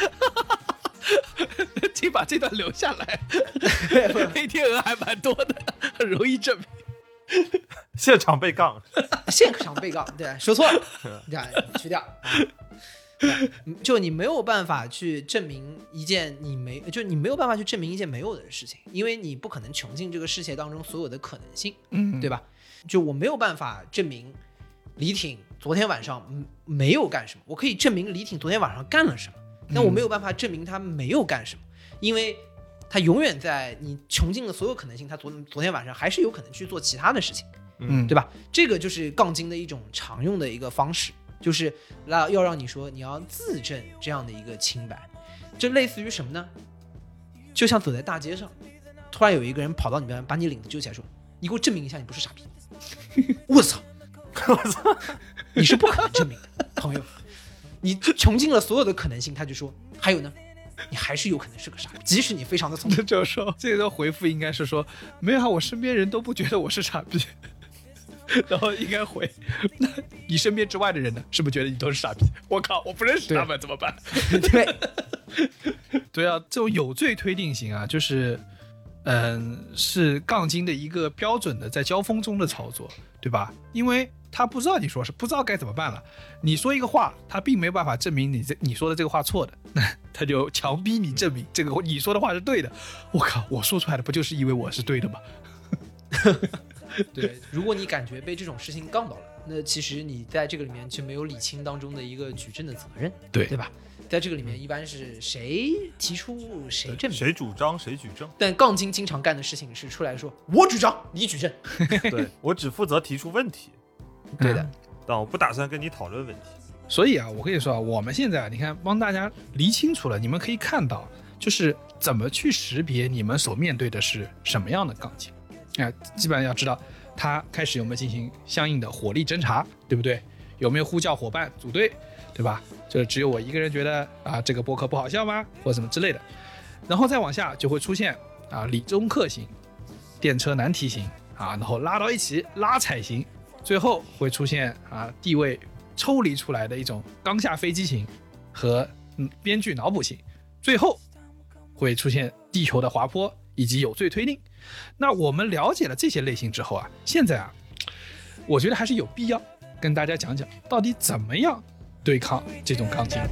请把这段留下来。黑天鹅还蛮多的，很容易证明。 现场被杠， 现场被告，对，说错了，这样去掉。就你没有办法去证明一件你没有办法去证明一件没有的事情，因为你不可能穷尽这个世界当中所有的可能性，对吧？就我没有办法证明李挺昨天晚上没有干什么，我可以证明李挺昨天晚上干了什么，但我没有办法证明他没有干什么，因为他永远在你穷尽了所有可能性，他昨天晚上还是有可能去做其他的事情，对吧？这个就是杠精的一种常用的一个方式，就是要让你说你要自证这样的一个清白。这类似于什么呢？就像走在大街上，突然有一个人跑到你边，把你领子揪起来说：“你给我证明一下你不是傻逼。”我操！你是不可能证明的，朋友。你穷尽了所有的可能性，他就说还有呢，你还是有可能是个傻逼，即使你非常的聪明。 这时候这个回复应该是说没有啊，我身边人都不觉得我是傻逼。然后应该回，那你身边之外的人呢？是不是觉得你都是傻逼？我靠，我不认识他们怎么办？ 对， 对啊，这种有罪推定型啊，就是是杠精的一个标准的在交锋中的操作，对吧？因为他不知道你说是不知道该怎么办了。你说一个话，他并没有办法证明你说的这个话错的，那他就强逼你证明这个你说的话是对的。我靠，我说出来的不就是因为我是对的吗？ 对，如果你感觉被这种事情杠到了，那其实你在这个里面就没有理清当中的一个举证的责任，对吧？在这个里面一般是谁提出谁证明， 谁主张谁举证。 但杠精经常干的事情是出来说我主张你举证， 对，我只负责提出问题， 对的， 但我不打算跟你讨论问题。 所以啊，我跟你说啊，我们现在你看帮大家理清楚了，你们可以看到就是怎么去识别你们所面对的是什么样的杠精。基本上要知道他开始有没有进行相应的火力侦查，对不对？有没有呼叫伙伴组队，对吧？这只有我一个人觉得啊，这个播客不好笑吗？或者什么之类的。然后再往下就会出现啊，理中客型、电车难题型啊，然后拉到一起拉踩型，最后会出现啊地位抽离出来的一种刚下飞机型和编剧脑补型，最后会出现地球的滑坡以及有罪推定。那我们了解了这些类型之后啊，现在啊，我觉得还是有必要跟大家讲讲，到底怎么样对抗这种杠精。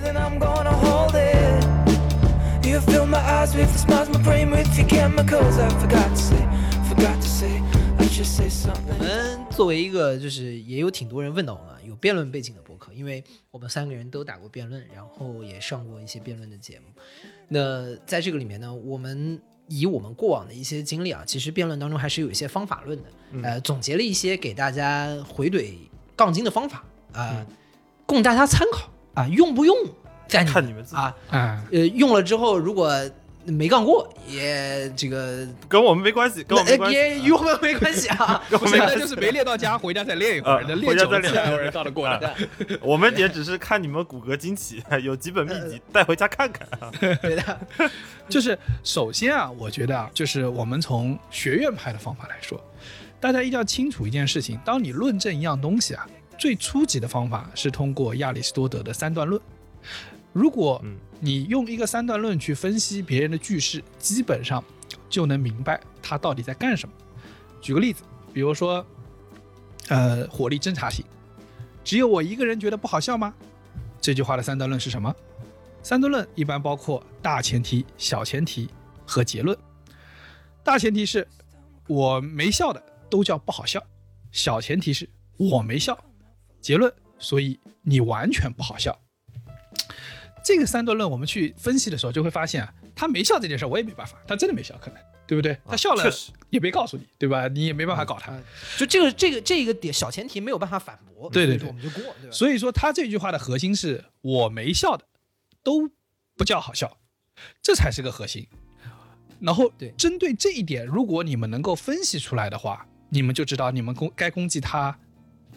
我们作为一个就是也有挺多人问到我们有辩论背景的播客，因为我们3个人都打过辩论，然后也上过一些辩论的节目。那在这个里面呢，我们以我们过往的一些经历啊，其实辩论当中还是有一些方法论的，总结了一些给大家回怼杠精的方法供大家参考啊，用不用在看你们自己用了之后如果没杠过也这个跟我们没关系，跟我们没关系， 也与我们没关系啊。 那就是没练到家，回家再练一会儿，练久了才有人杠得过来。 我们也只是看你们骨骼惊奇，有几本秘籍带回家看看。 对的， 就是首先啊，我觉得啊，就是我们从学院派的方法来说，大家一定要清楚一件事情：当你论证一样东西啊，最初级的方法是通过亚里士多德的3段论。如果你用一个3段论去分析别人的句式，基本上就能明白他到底在干什么。举个例子，比如说火力侦察型，只有我一个人觉得不好笑吗？这句话的3段论是什么？3段论一般包括大前提、小前提和结论。大前提是我没笑的都叫不好笑，小前提是我没笑，结论所以你完全不好笑。这个3段论我们去分析的时候就会发现啊，他没笑这件事我也没办法，他真的没笑可能，对不对？他笑了也没告诉你，对吧？你也没办法搞他。 就这个点小前提没有办法反驳， 对对对， 我们就过，对吧？ 所以说他这句话的核心是我没笑的都不叫好笑，这才是个核心。然后针对这一点，如果你们能够分析出来的话，你们就知道你们该攻击他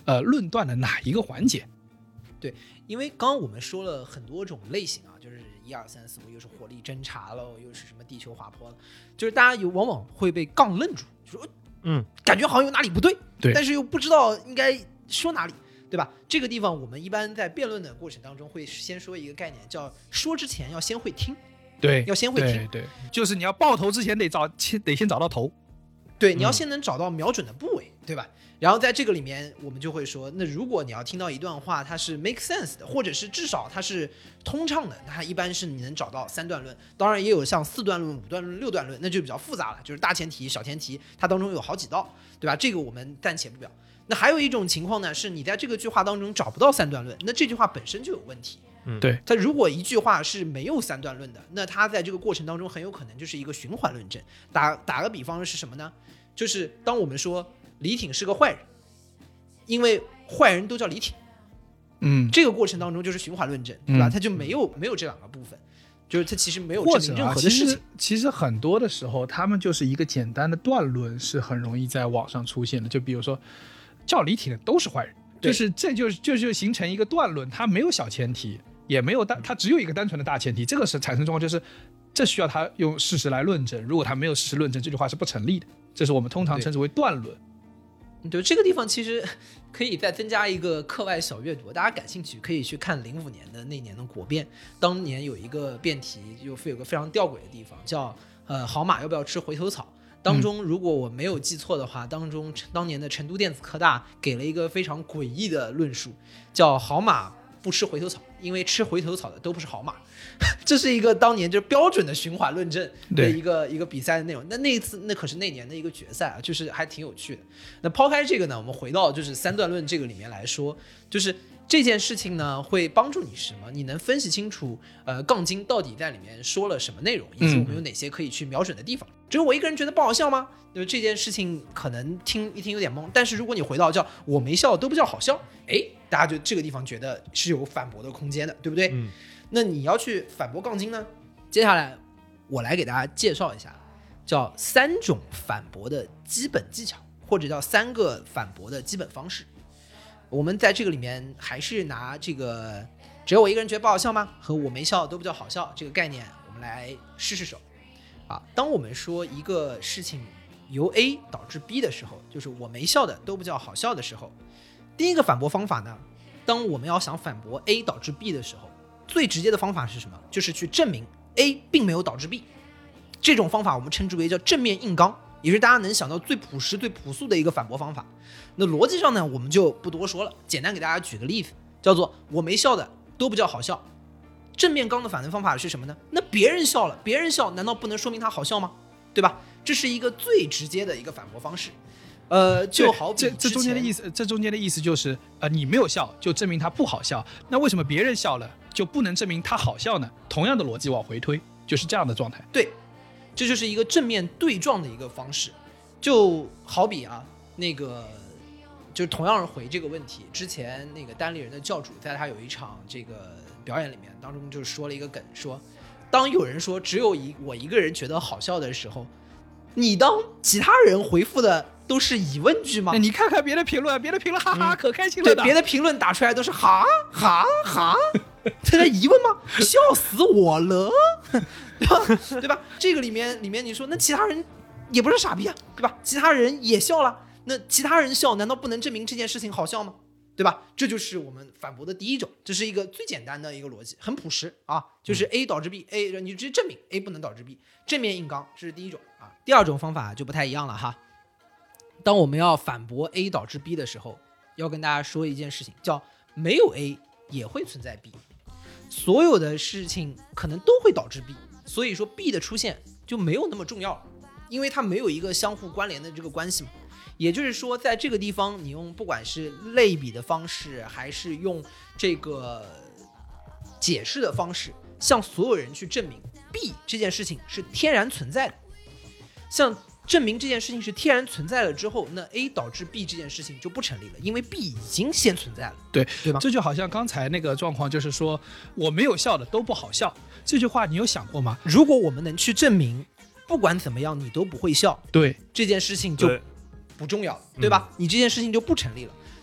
论断的哪一个环节。 因为刚刚我们说了很多种类型啊，就是1、2、3、4、5，又是火力侦察了，又是什么地球滑坡了，就是大家往往会被杠愣住，就说感觉好像有哪里不对， 对， 但是又不知道应该说哪里，对吧？这个地方我们一般在辩论的过程当中会先说一个概念，叫说之前要先会听， 对， 要先会听， 对，就是你要爆头之前得先找到头， 对，你要先能找到瞄准的部位，对吧？然后在这个里面，我们就会说，那如果你要听到一段话，它是 make sense 的，或者是至少它是通畅的，那它一般是你能找到3段论。当然也有像4段论、5段论、6段论，那就比较复杂了，就是大前提、小前提，它当中有好几道，对吧？这个我们暂且不表。那还有一种情况呢，是你在这个句话当中找不到3段论，那这句话本身就有问题。 对， 它如果一句话是没有3段论的，那它在这个过程当中很有可能就是一个循环论证。打个比方是什么呢？就是当我们说李挺是个坏人，因为坏人都叫李挺，这个过程当中就是循环论证，对吧？它就没有这2个部分，就是它其实没有证明任何的事情。 其实很多的时候，他们就是一个简单的断论，是很容易在网上出现的。就比如说，叫李挺的都是坏人，就形成一个断论，它没有小前提，也没有它只有一个单纯的大前提。这个是产生状况，就是这需要他用事实来论证。如果他没有事实论证，这句话是不成立的。这是我们通常称之为断论。 对，这个地方其实可以再增加一个课外小阅读，大家感兴趣可以去看05年的那年的国辩，当年有一个辩题有个非常吊诡的地方，叫好马要不要吃回头草。当中如果我没有记错的话，当年的成都电子科大给了一个非常诡异的论述，叫好马不吃回头草，因为吃回头草的都不是好马。这是一个当年就是标准的循环论证的一个比赛的内容。那一次那可是那年的一个决赛啊，就是还挺有趣的。那抛开这个呢，我们回到就是3段论这个里面来说，就是这件事情呢会帮助你什么？你能分析清楚杠精到底在里面说了什么内容，以及我们有哪些可以去瞄准的地方。只有我一个人觉得不好笑吗？就是这件事情可能一听有点懵，但是如果你回到叫我没笑都不叫好笑，大家就这个地方觉得是有反驳的空间的，对不对？那你要去反驳杠精呢？接下来我来给大家介绍一下，叫3种反驳的基本技巧，或者叫3个反驳的基本方式。我们在这个里面还是拿这个只有我一个人觉得不好笑吗和我没笑都不叫好笑这个概念，我们来试手啊。当我们说一个事情由 A 导致 B 的时候，就是我没笑的都不叫好笑的时候，第一个反驳方法呢，当我们要想反驳 A 导致 B 的时候，最直接的方法是什么？就是去证明 A 并没有导致 B。这种方法我们称之为叫正面硬刚，也是大家能想到最朴实最朴素的一个反驳方法。那逻辑上呢，我们就不多说了，简单给大家举个例子，叫做我没笑的都不叫好笑。正面刚的反驳方法是什么呢？那别人笑了，别人笑难道不能说明他好笑吗？对吧？这是一个最直接的一个反驳方式。就好比这中间的意思就是你没有笑就证明他不好笑，那为什么别人笑了就不能证明他好笑呢？同样的逻辑往回推，就是这样的状态。 对，这就是一个正面对撞的一个方式。就好比啊，那个就是同样回这个问题，之前那个单立人的教主在他有一场这个表演里面当中就说了一个梗，说当有人说只有我一个人觉得好笑的时候，你当其他人回复的都是疑问句吗？ 你看看别的评论，哈哈，可开心了的。 对，别的评论打出来都是哈哈哈，这是疑问吗？笑死我了，对吧？这个里面你说，那其他人也不是傻逼啊，对吧？其他人也笑了，那其他人笑，难道不能证明这件事情好笑吗？对吧？这就是我们反驳的第一种，这是一个最简单的一个逻辑，很朴实啊，就是 A 导致 B，A 你直接证明 A 不能导致 B， 正面硬刚，这是第一种啊。第二种方法就不太一样了哈。当我们要反驳 A 导致 B 的时候，要跟大家说一件事情，叫没有 A 也会存在 B， 所有的事情可能都会导致 B， 所以说 B 的出现就没有那么重要，因为它没有一个相互关联的这个关系嘛。也就是说，在这个地方，你用不管是类比的方式，还是用这个解释的方式，向所有人去证明 B 这件事情是天然存在的。像证明这件事情是天然存在了之后，那 A 导致 B 这件事情就不成立了，因为 B 已经先存在了， 对吧？ 这就好像刚才那个状况，就是说我没有笑的都不好笑，这句话你有想过吗？ 如果我们能去证明，不管怎么样你都不会笑， 对， 这件事情就不重要了，对吧？你这件事情就不成立了。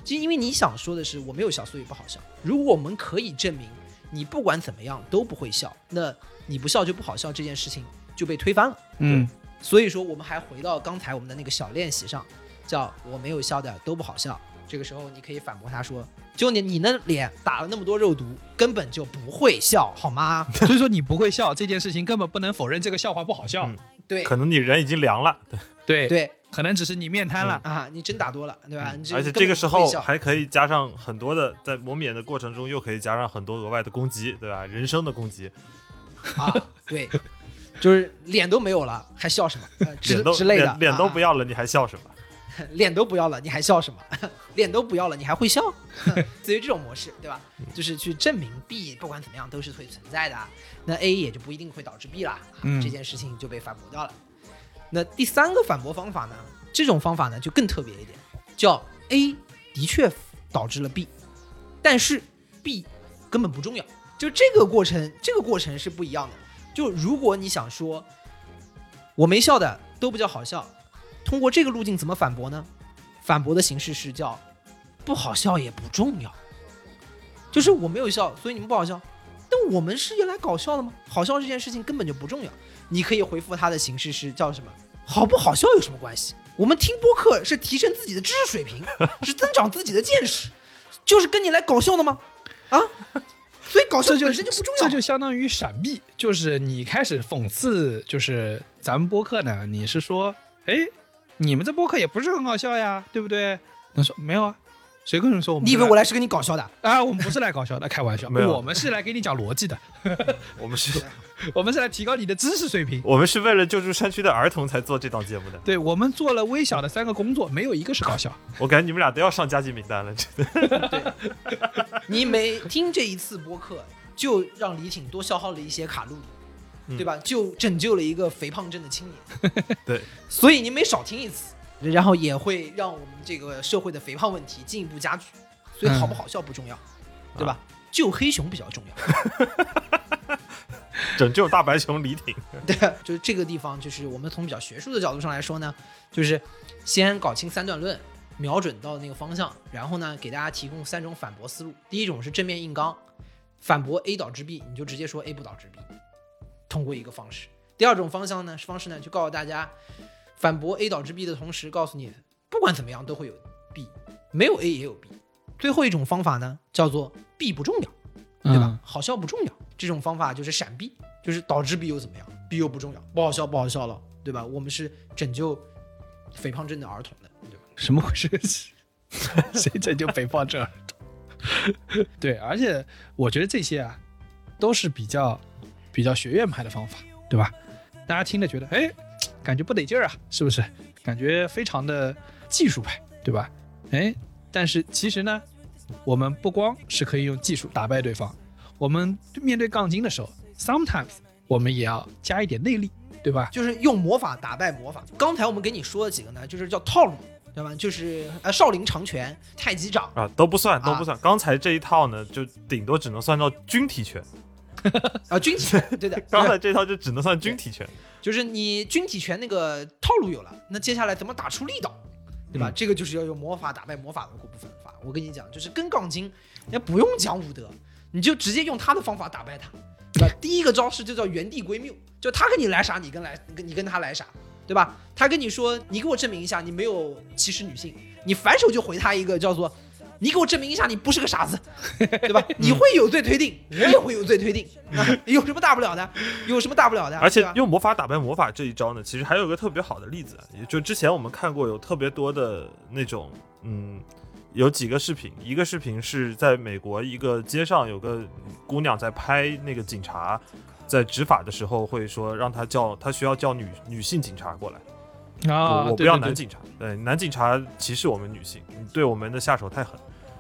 就因为你想说的是我没有笑，所以不好笑。如果我们可以证明你不管怎么样都不会笑，那你不笑就不好笑这件事情就被推翻了。所以说我们还回到刚才我们的那个小练习上，叫我没有笑的都不好笑。这个时候你可以反驳他说，就你的脸打了那么多肉毒，根本就不会笑，好吗？ 所以说你不会笑这件事情根本不能否认这个笑话不好笑。 对， 可能你人已经凉了， 对，可能只是你面瘫了啊，你针打多了，对吧？ 而且这个时候还可以加上很多的，在磨免的过程中又可以加上很多额外的攻击，对吧？人身的攻击啊，对，就是脸都没有了，还笑什么？之类的， 脸都不要了，你还笑什么？ 脸都不要了，你还笑什么？脸都不要了，你还会笑？至于这种模式，对吧？就是去证明 B 不管怎么样都是会存在的，那 A 也就不一定会导致 B 啦。这件事情就被反驳掉了。那第三个反驳方法呢？这种方法呢就更特别一点，叫 A 的确导致了 B， 但是 B 根本不重要。就这个过程是不一样的。就如果你想说我没笑的都不叫好笑，通过这个路径怎么反驳呢？反驳的形式是叫不好笑也不重要，就是我没有笑，所以你们不好笑。但我们是用来搞笑的吗？好笑这件事情根本就不重要。你可以回复他的形式是叫什么？好不好笑有什么关系？我们听播客是提升自己的知识水平，是增长自己的见识，就是跟你来搞笑的吗？啊？所以搞笑本身就不重要。 这就相当于闪避，就是你开始讽刺，就是咱们播客呢，你是说，哎，你们这播客也不是很好笑呀，对不对？他说没有啊，谁跟你说我们？ 你以为我来是跟你搞笑的啊？我们不是来搞笑的，开玩笑，我们是来给你讲逻辑的。 我们是来提高你的知识水平。 我们是为了救助山区的儿童才做这档节目的。 对，我们做了微小的3个工作，没有一个是搞笑。 我感觉你们俩都要上加急名单了。 对，你每听这一次播客，就让李挺多消耗了一些卡路里，对吧？就拯救了一个肥胖症的青年。 对， 所以你每少听一次，然后也会让我们这个社会的肥胖问题进一步加剧。所以好不好笑不重要，对吧？救黑熊比较重要。 拯救大白熊李挺。 对，就是这个地方，就是我们从比较学术的角度上来说呢，就是先搞清3段论，瞄准到那个方向，然后呢给大家提供3种反驳思路。第一种是正面硬刚，反驳 A 导致 B， 你就直接说 A 不导致 B， 通过一个方式。第二种方式呢就告诉大家，反驳 A 导致 B 的同时，告诉你不管怎么样都会有 B， 没有 A 也有 B。最后一种方法呢叫做 B 不重要，对吧？好笑不重要。这种方法就是闪避，就是导致 B 又怎么样 ？B 又不重要，不好笑了，对吧？我们是拯救肥胖症的儿童的，对吧？ 什么回事？谁拯救肥胖症儿童？对，而且我觉得这些啊，都是比较学院派的方法，对吧？大家听着觉得，哎，感觉不得劲儿啊，是不是？感觉非常的技术派，对吧？哎，但是其实呢，我们不光是可以用技术打败对方。我们面对杠精的时候 ，sometimes 我们也要加一点内力，对吧？ 就是用魔法打败魔法。刚才我们给你说的几个呢，就是叫套路，对吧？就是少林长拳、太极掌啊，都不算。刚才这一套呢，就顶多只能算到军体拳啊，军体拳，对的。 刚才这套就只能算军体拳， 就是你军体拳那个套路有了，那接下来怎么打出力道，对吧？这个就是要用魔法打败魔法的部分法。我跟你讲，就是跟杠精，也不用讲武德。你就直接用他的方法打败他，对吧？第一个招式就叫原地归谬，就他跟你来啥，你跟他来啥，对吧？他跟你说，你给我证明一下你没有歧视女性，你反手就回他一个叫做，你给我证明一下你不是个傻子，对吧？你会有罪推定，我也会有罪推定，有什么大不了的？ 而且用魔法打败魔法这一招呢，其实还有一个特别好的例子，也就之前我们看过有特别多的那种，有几个视频，一个视频是在美国一个街上有个姑娘在拍那个警察在执法的时候会说让他需要叫女性警察过来啊， 我不要男警察，对，男警察歧视我们女性，对我们的下手太狠。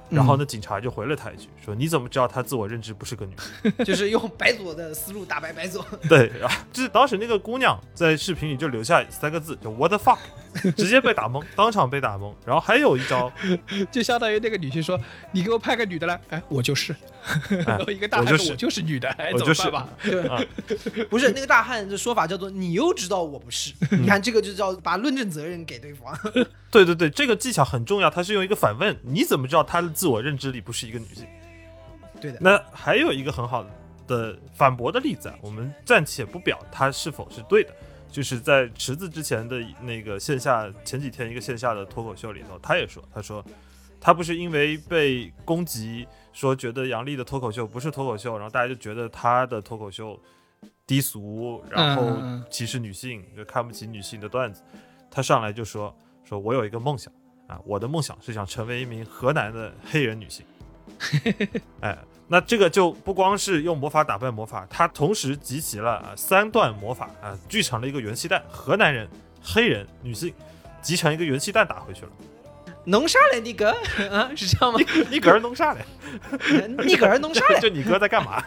然后呢，警察就回了他一句说：“你怎么知道他自我认知不是个女性？” 就是用白左的思路打败白左。 对，然后就是当时那个姑娘在视频里就留下3个字，就 “What the fuck”， 直接被打懵，当场被打懵。然后还有一招， 就相当于那个女性说：“你给我派个女的来。”哎，我就是。然后一个大汉说：“我就是女的。”哎， 我就是怎么办吧？ 对，不是那个大汉的说法叫做“你又知道我不是”，你看这个就叫把论证责任给对方。 对对对，这个技巧很重要，它是用一个反问，你怎么知道他的自我认知里不是一个女性？ 对的。 那还有一个很好的反驳的例子，我们暂且不表它是否是对的，就是在池子之前的那个线下前几天一个线下的脱口秀里头，他也说，他说他不是因为被攻击说觉得杨笠的脱口秀不是脱口秀，然后大家就觉得他的脱口秀低俗，然后歧视女性，就看不起女性的段子，他上来就说我有一个梦想啊，我的梦想是想成为一名河南的黑人女性。哎，那这个就不光是用魔法打败魔法，他同时集齐了3段魔法啊，聚成了一个元气弹，河南人、黑人、女性，集成一个元气弹打回去了。 弄啥嘞，你哥啊？是这样吗？ 你哥弄啥嘞？ 你哥弄啥嘞？ 就你哥在干嘛？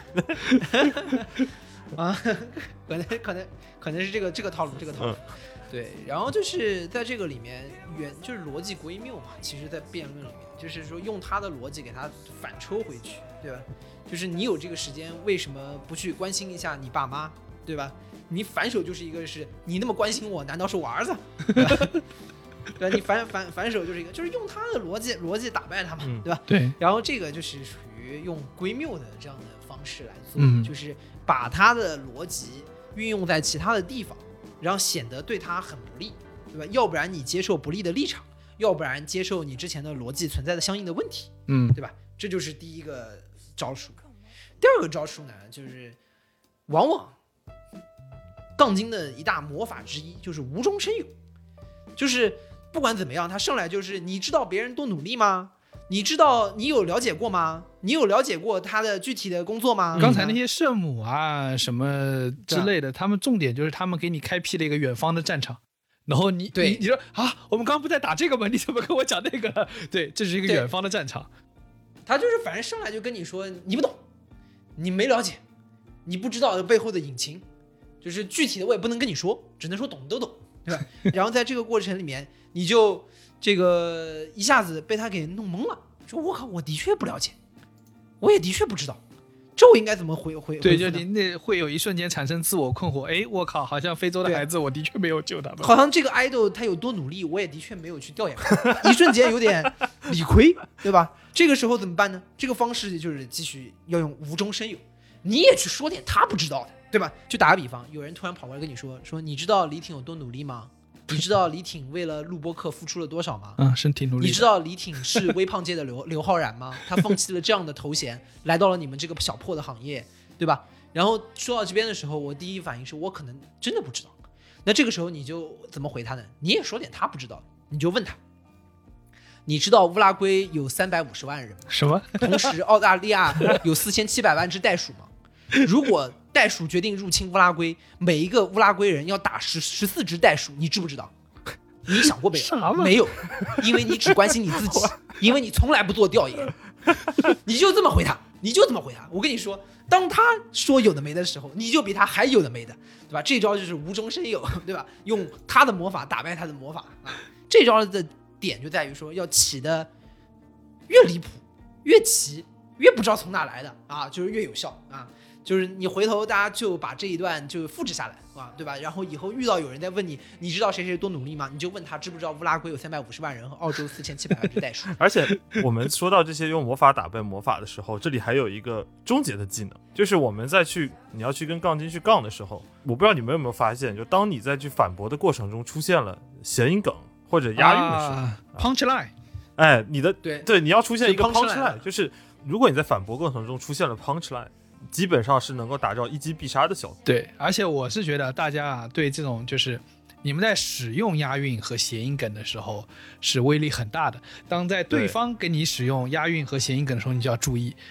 啊，可能是这个套路，这个套路。对，然后就是在这个里面，就是逻辑归谬嘛。其实，在辩论里面，就是说用他的逻辑给他反抽回去，对吧？就是你有这个时间，为什么不去关心一下你爸妈，对吧？你反手就是一个是你那么关心我，难道是我儿子？对吧？你反手就是一个，就是用他的逻辑打败他嘛，对吧？ 对。 然后这个就是属于用归谬的这样的方式来做，就是把他的逻辑运用在其他的地方，然后显得对他很不利，对吧？要不然你接受不利的立场，要不然接受你之前的逻辑存在的相应的问题，对吧？这就是第一个招数。第二个招数呢，就是往往杠精的一大魔法之一就是无中生有，就是不管怎么样，他上来就是你知道别人多努力吗？你知道你有了解过吗？你有了解过他的具体的工作吗？ 刚才那些圣母啊什么之类的，他们重点就是他们给你开辟了一个远方的战场，然后你说啊，我们刚刚不在打这个吗？你怎么跟我讲那个？对，这是一个远方的战场。 他就是反正上来就跟你说你不懂，你没了解，你不知道背后的隐情，就是具体的我也不能跟你说，只能说懂都懂，对吧？然后在这个过程里面，你就这个一下子被他给弄懵了，说我靠，我的确不了解，我也的确不知道，这我应该怎么回？对， 就你那会有一瞬间产生自我困惑，哎，我靠，好像非洲的孩子，我的确没有救他们， 好像这个 idol 他有多努力，我也的确没有去调研，一瞬间有点理亏，对吧？这个时候怎么办呢？这个方式就是继续要用无中生有，你也去说点他不知道的，对吧？就打个比方，有人突然跑过来跟你说你知道李挺有多努力吗？你知道李挺为了录播课付出了多少吗？ 是挺努力的。 你知道李挺是微胖界的刘昊然吗？他放弃了这样的头衔，来到了你们这个小破的行业，对吧？然后说到这边的时候，我第一反应是我可能真的不知道。那这个时候你就怎么回他呢？你也说点他不知道的，你就问他，你知道乌拉圭有350万人吗？ 什么？ 同时澳大利亚有4700万只袋鼠吗？如果袋鼠决定入侵乌拉圭，每一个乌拉圭人要打14只袋鼠，你知不知道？你想过没有？没有，因为你只关心你自己，因为你从来不做调研。你就这么回他，我跟你说，当他说有的没的时候，你就比他还有的没的，对吧？这招就是无中生有，对吧？用他的魔法打败他的魔法啊！这招的点就在于说，要起的越离谱，越奇，越不知道从哪来的啊，就是越有效啊。就是你回头大家就把这一段就复制下来啊，对吧？然后以后遇到有人在问你，你知道谁谁多努力吗？你就问他知不知道乌拉圭有350万人和澳洲4700万只袋鼠。 而且我们说到这些用魔法打败魔法的时候，这里还有一个终结的技能，就是我们你要去跟杠精去杠的时候，我不知道你们有没有发现，就当你在去反驳的过程中出现了谐音梗或者押韵的时候 ，punch line， 哎，你的对，你要出现一个 punch line， 就是如果你在反驳过程中出现了 punch line，基本上是能够打造一击必杀的效果。 对，而且我是觉得大家对这种就是你们在使用押韵和谐音梗的时候是威力很大的。当在对方跟你使用押韵和谐音梗的时候，你就要注意，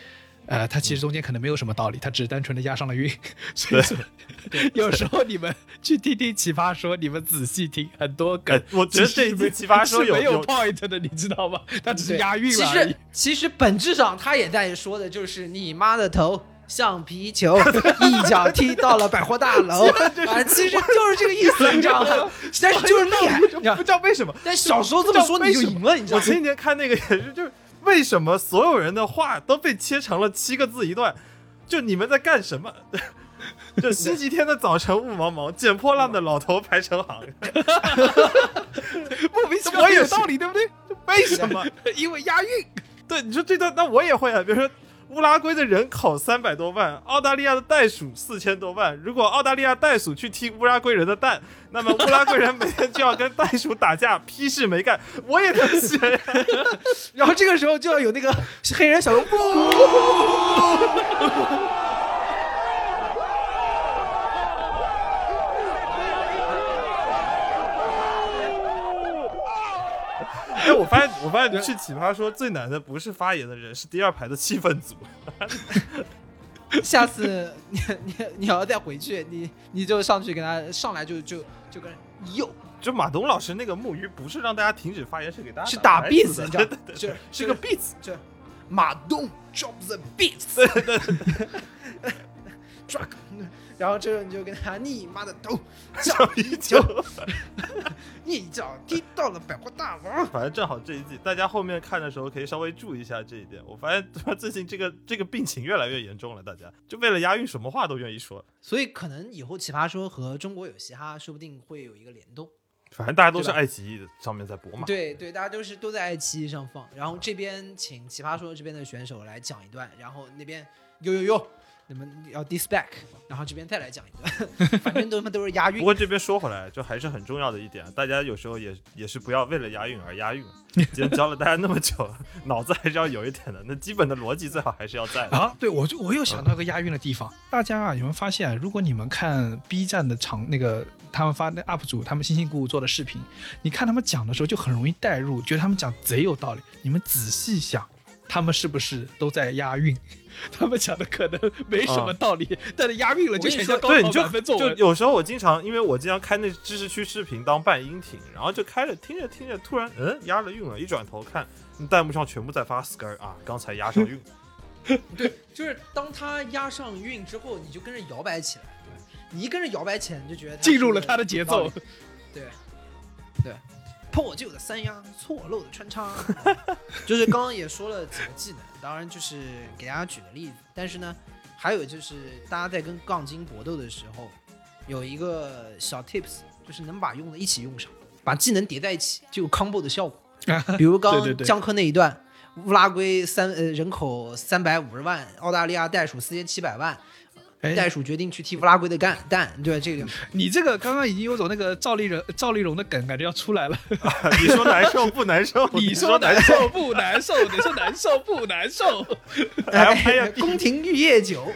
它其实中间可能没有什么道理，它只是单纯的押上了韵。所以说，有时候你们去听听奇葩说，你们仔细听，很多梗， 我觉得这一期奇葩说是没有 point 的，你知道吗？它只是押韵了而已。 其实本质上他也在说的就是你妈的头像皮球，一脚踢到了百货大楼，其实就是这个意思，你知道吗？但是就是厉害， 不知道为什么。 但小时候这么说你就赢了，你知道吗？ 我前几天看那个也是，就是为什么所有人的话都被切成了7个字一段？就你们在干什么？就星期天的早晨雾茫茫，捡破烂的老头排成行。 莫名其妙，有道理，对不对？ 为什么？ 因为押韵。 对，你说这段，那我也会啊。比如说，乌拉圭的人口300多万，澳大利亚的袋鼠4000多万。如果澳大利亚袋鼠去踢乌拉圭人的蛋，那么乌拉圭人每天就要跟袋鼠打架，屁事没干。我也能写呀。 然后这个时候就要有那个黑人小偷。 哎，我发现去奇葩说最难的不是发言的人，是第2排的气氛组。 下次你要再回去，你就上去跟他上来就跟哟。 就马东老师那个木鱼不是让大家停止发言，是给大家是打 beats， 你知道吗？ 是个 beats。 这马东 drop the beats， drop， 然后这时候你就跟他你妈的头像皮球，一脚踢到了百货大楼。 反正正好这一季大家后面看的时候可以稍微注意一下这一点。我发现最近这个病情越来越严重了，大家就为了押韵什么话都愿意说。 所以可能以后奇葩说和中国有嘻哈说不定会有一个联动。 反正大家都是爱奇艺上面在播嘛。 对，大家都在爱奇艺上放，然后这边请奇葩说这边的选手来讲一段，然后那边有你们要 diss back， 然后这边再来讲一段，反正都是押韵。 不过这边说回来，就还是很重要的一点，大家有时候也是不要为了押韵而押韵。今天教了大家那么久，脑子还是要有一点的，那基本的逻辑最好还是要在的啊。对，我又想到一个押韵的地方，大家啊，有没有发现，如果你们看 B 站的那个他们发那 UP 主，他们辛辛苦苦做的视频，你看他们讲的时候就很容易带入，觉得他们讲贼有道理。你们仔细想，他们是不是都在押韵？他们讲的可能没什么道理，但是押韵了就全叫高考满分作文。 就有时候因为我经常开那知识区视频当伴音听，然后就开着听着，突然押了韵了，一转头看弹幕上全部在发 skr 啊，刚才押上韵。 对，就是当他押上韵之后，你就跟着摇摆起来。你一跟着摇摆起来，你就觉得进入了他的节奏。 对，破旧的三押，错漏的穿插，就是刚刚也说了几个技能，当然就是给大家举个例子。但是呢，还有就是大家在跟杠精搏斗的时候，有一个小 tips， 就是能把用的一起用上，把技能叠在一起就有 combo 的效果。比如刚刚江科那一段，乌拉圭人口350万，澳大利亚袋鼠4700万。袋鼠决定去踢乌拉圭的蛋，对这个你这个刚刚已经有种那个赵丽蓉的梗，感觉要出来了。 你说难受不难受？ 你说难受不难受？你说难受不难受？ 宫廷玉液酒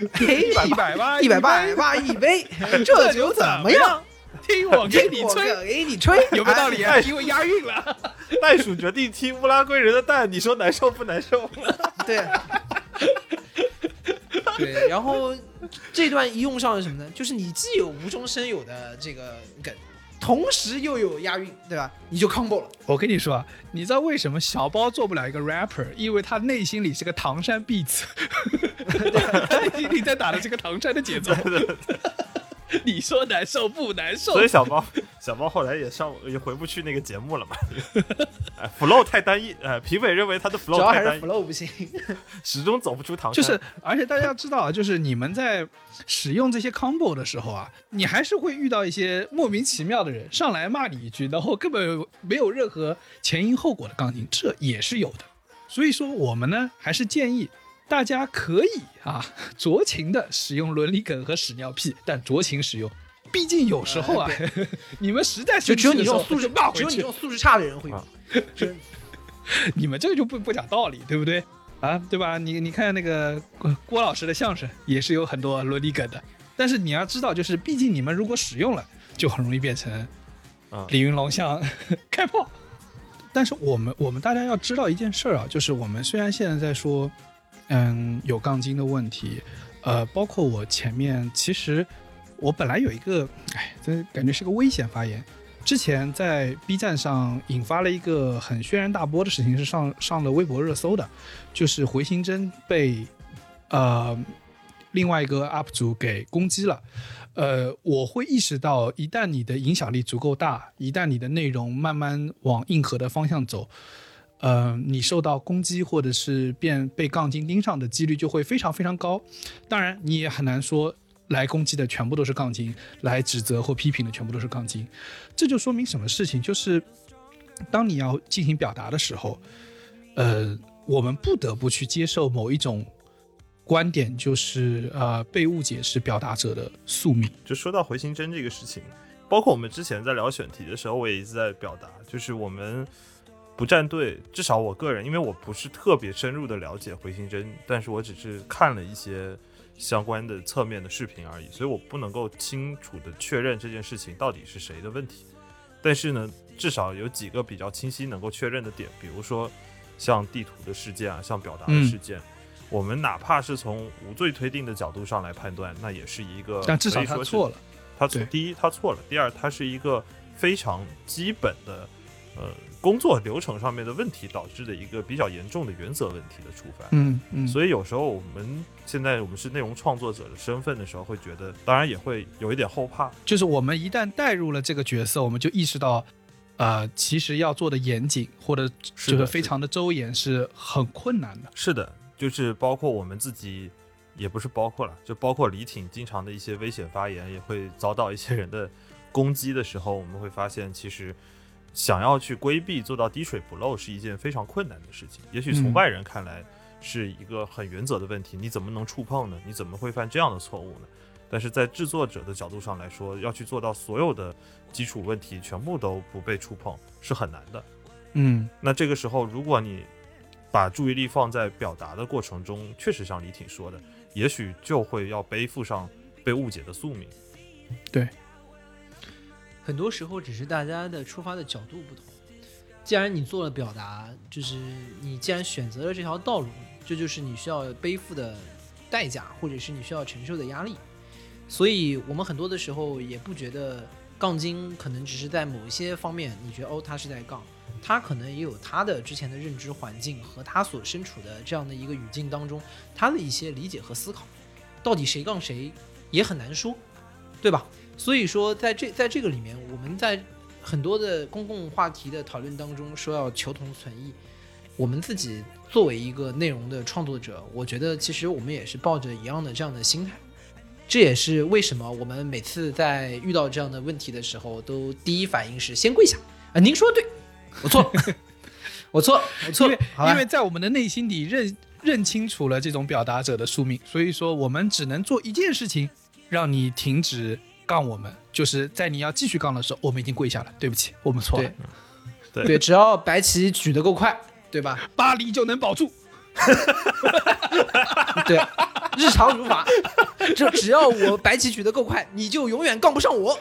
100 八一杯，这酒怎么样？ 听我给你吹，有没有道理啊？因为押韵了。 袋鼠决定踢乌拉圭人的蛋，你说难受不难受？ 对，然后这段一用上是什么呢？就是你既有无中生有的这个梗，同时又有押韵，对吧？你就 combo 了。 我跟你说啊，你知道为什么小包做不了一个 rapper？ 因为他内心里是个唐山 beats， 他内心里在打的这个唐山的节奏。你说难受不难受？ 所以小包后来也回不去那个节目了嘛。flow 太单一，评委认为他的 flow 太单一， 主要还是 flow 不行， 始终走不出唐山。 就是，而且大家知道啊，就是你们在使用这些 combo 的时候啊，你还是会遇到一些莫名其妙的人上来骂你一句，然后根本没有任何前因后果的杠精，这也是有的。所以说，我们呢还是建议大家可以酌情的使用伦理梗和屎尿屁，但酌情使用，毕竟有时候你们实在是只有你这种素质差的人会用， 你们这个就不讲道理，对不对啊？对吧？你看那个郭老师的相声也是有很多伦理梗的，但是你要知道，就是毕竟你们如果使用了，就很容易变成李云龙像开炮。但是我们大家要知道一件事啊，就是我们虽然现在在说有杠精的问题，包括我前面其实我本来有一个，这感觉是个危险发言。之前在 B 站上引发了一个很轩然大波的事情，是上了微博热搜的，就是回形针被另外一个 UP 主给攻击了。我会意识到，一旦你的影响力足够大，一旦你的内容慢慢往硬核的方向走，你受到攻击或者是被杠精盯上的几率就会非常非常高。当然，你也很难说来攻击的全部都是杠精，来指责或批评的全部都是杠精。这就说明什么事情？就是当你要进行表达的时候，我们不得不去接受某一种观点，就是被误解是表达者的宿命。 就说到回形针这个事情，包括我们之前在聊选题的时候，我也一直在表达，就是我们不站队，至少我个人，因为我不是特别深入的了解回形针，但是我只是看了一些相关的侧面的视频而已，所以我不能够清楚的确认这件事情到底是谁的问题。但是呢，至少有几个比较清晰能够确认的点，比如说像地图的事件啊，像表达的事件，我们哪怕是从无罪推定的角度上来判断，那也是一个， 但至少他错了。 第一他错了，第二他是一个非常基本的工作流程上面的问题导致的一个比较严重的原则问题的触犯。所以有时候我们现在是内容创作者的身份的时候，会觉得，当然也会有一点后怕， 就是我们一旦带入了这个角色，我们就意识到其实要做的严谨或者就是非常的周延是很困难的。 是的，就是包括我们自己，也不是包括了，就包括李挺经常的一些危险发言也会遭到一些人的攻击的时候，我们会发现其实想要去规避做到滴水不漏是一件非常困难的事情。也许从外人看来是一个很原则的问题，你怎么能触碰呢？你怎么会犯这样的错误呢？但是在制作者的角度上来说，要去做到所有的基础问题全部都不被触碰是很难的。那这个时候如果你把注意力放在表达的过程中，确实像李挺说的，也许就会要背负上被误解的宿命。 对， 很多时候只是大家的出发的角度不同。既然你做了表达，就是你既然选择了这条道路，这就是你需要背负的代价，或者是你需要承受的压力。所以我们很多的时候也不觉得杠精可能只是在某一些方面你觉得他是在杠，他可能也有他的之前的认知环境和他所身处的这样的一个语境当中他的一些理解和思考，到底谁杠谁也很难说，对吧？所以说在这个里面，我们在很多的公共话题的讨论当中说要求同存异，我们自己作为一个内容的创作者，我觉得其实我们也是抱着一样的这样的心态。这也是为什么我们每次在遇到这样的问题的时候，都第一反应是先跪下。您说对，我错，我错， 因为在我们的内心里认清楚了这种表达者的宿命，所以说我们只能做一件事情，让你停止杠我们，就是在你要继续杠的时候，我们已经跪下了，对不起，我们错了。 对，只要白旗举得够快，对吧？ 巴黎就能保住。 对，日常如法，就只要我白旗举得够快，你就永远杠不上我。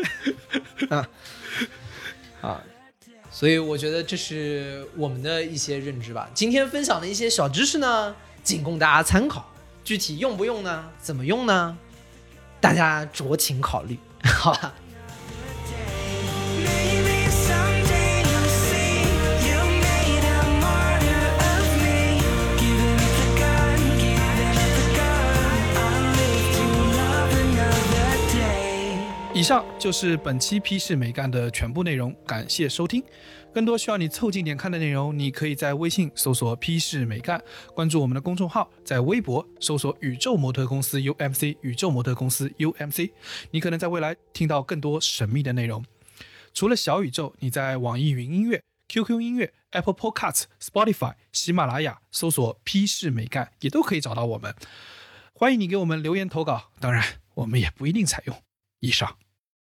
所以我觉得这是我们的一些认知吧。今天分享的一些小知识呢，仅供大家参考，具体用不用呢？怎么用呢？大家酌情考虑，好吧？ 以上就是本期批示美干的全部内容，感谢收听。更多需要你凑近点看的内容，你可以在微信搜索批示美干，关注我们的公众号，在微博搜索宇宙模特公司 UMC 宇宙模特公司 UMC， 你可能在未来听到更多神秘的内容。除了小宇宙，你在网易云音乐、QQ 音乐、Apple Podcasts、Spotify、喜马拉雅搜索批示美干也都可以找到我们。欢迎你给我们留言投稿，当然我们也不一定采用。以上。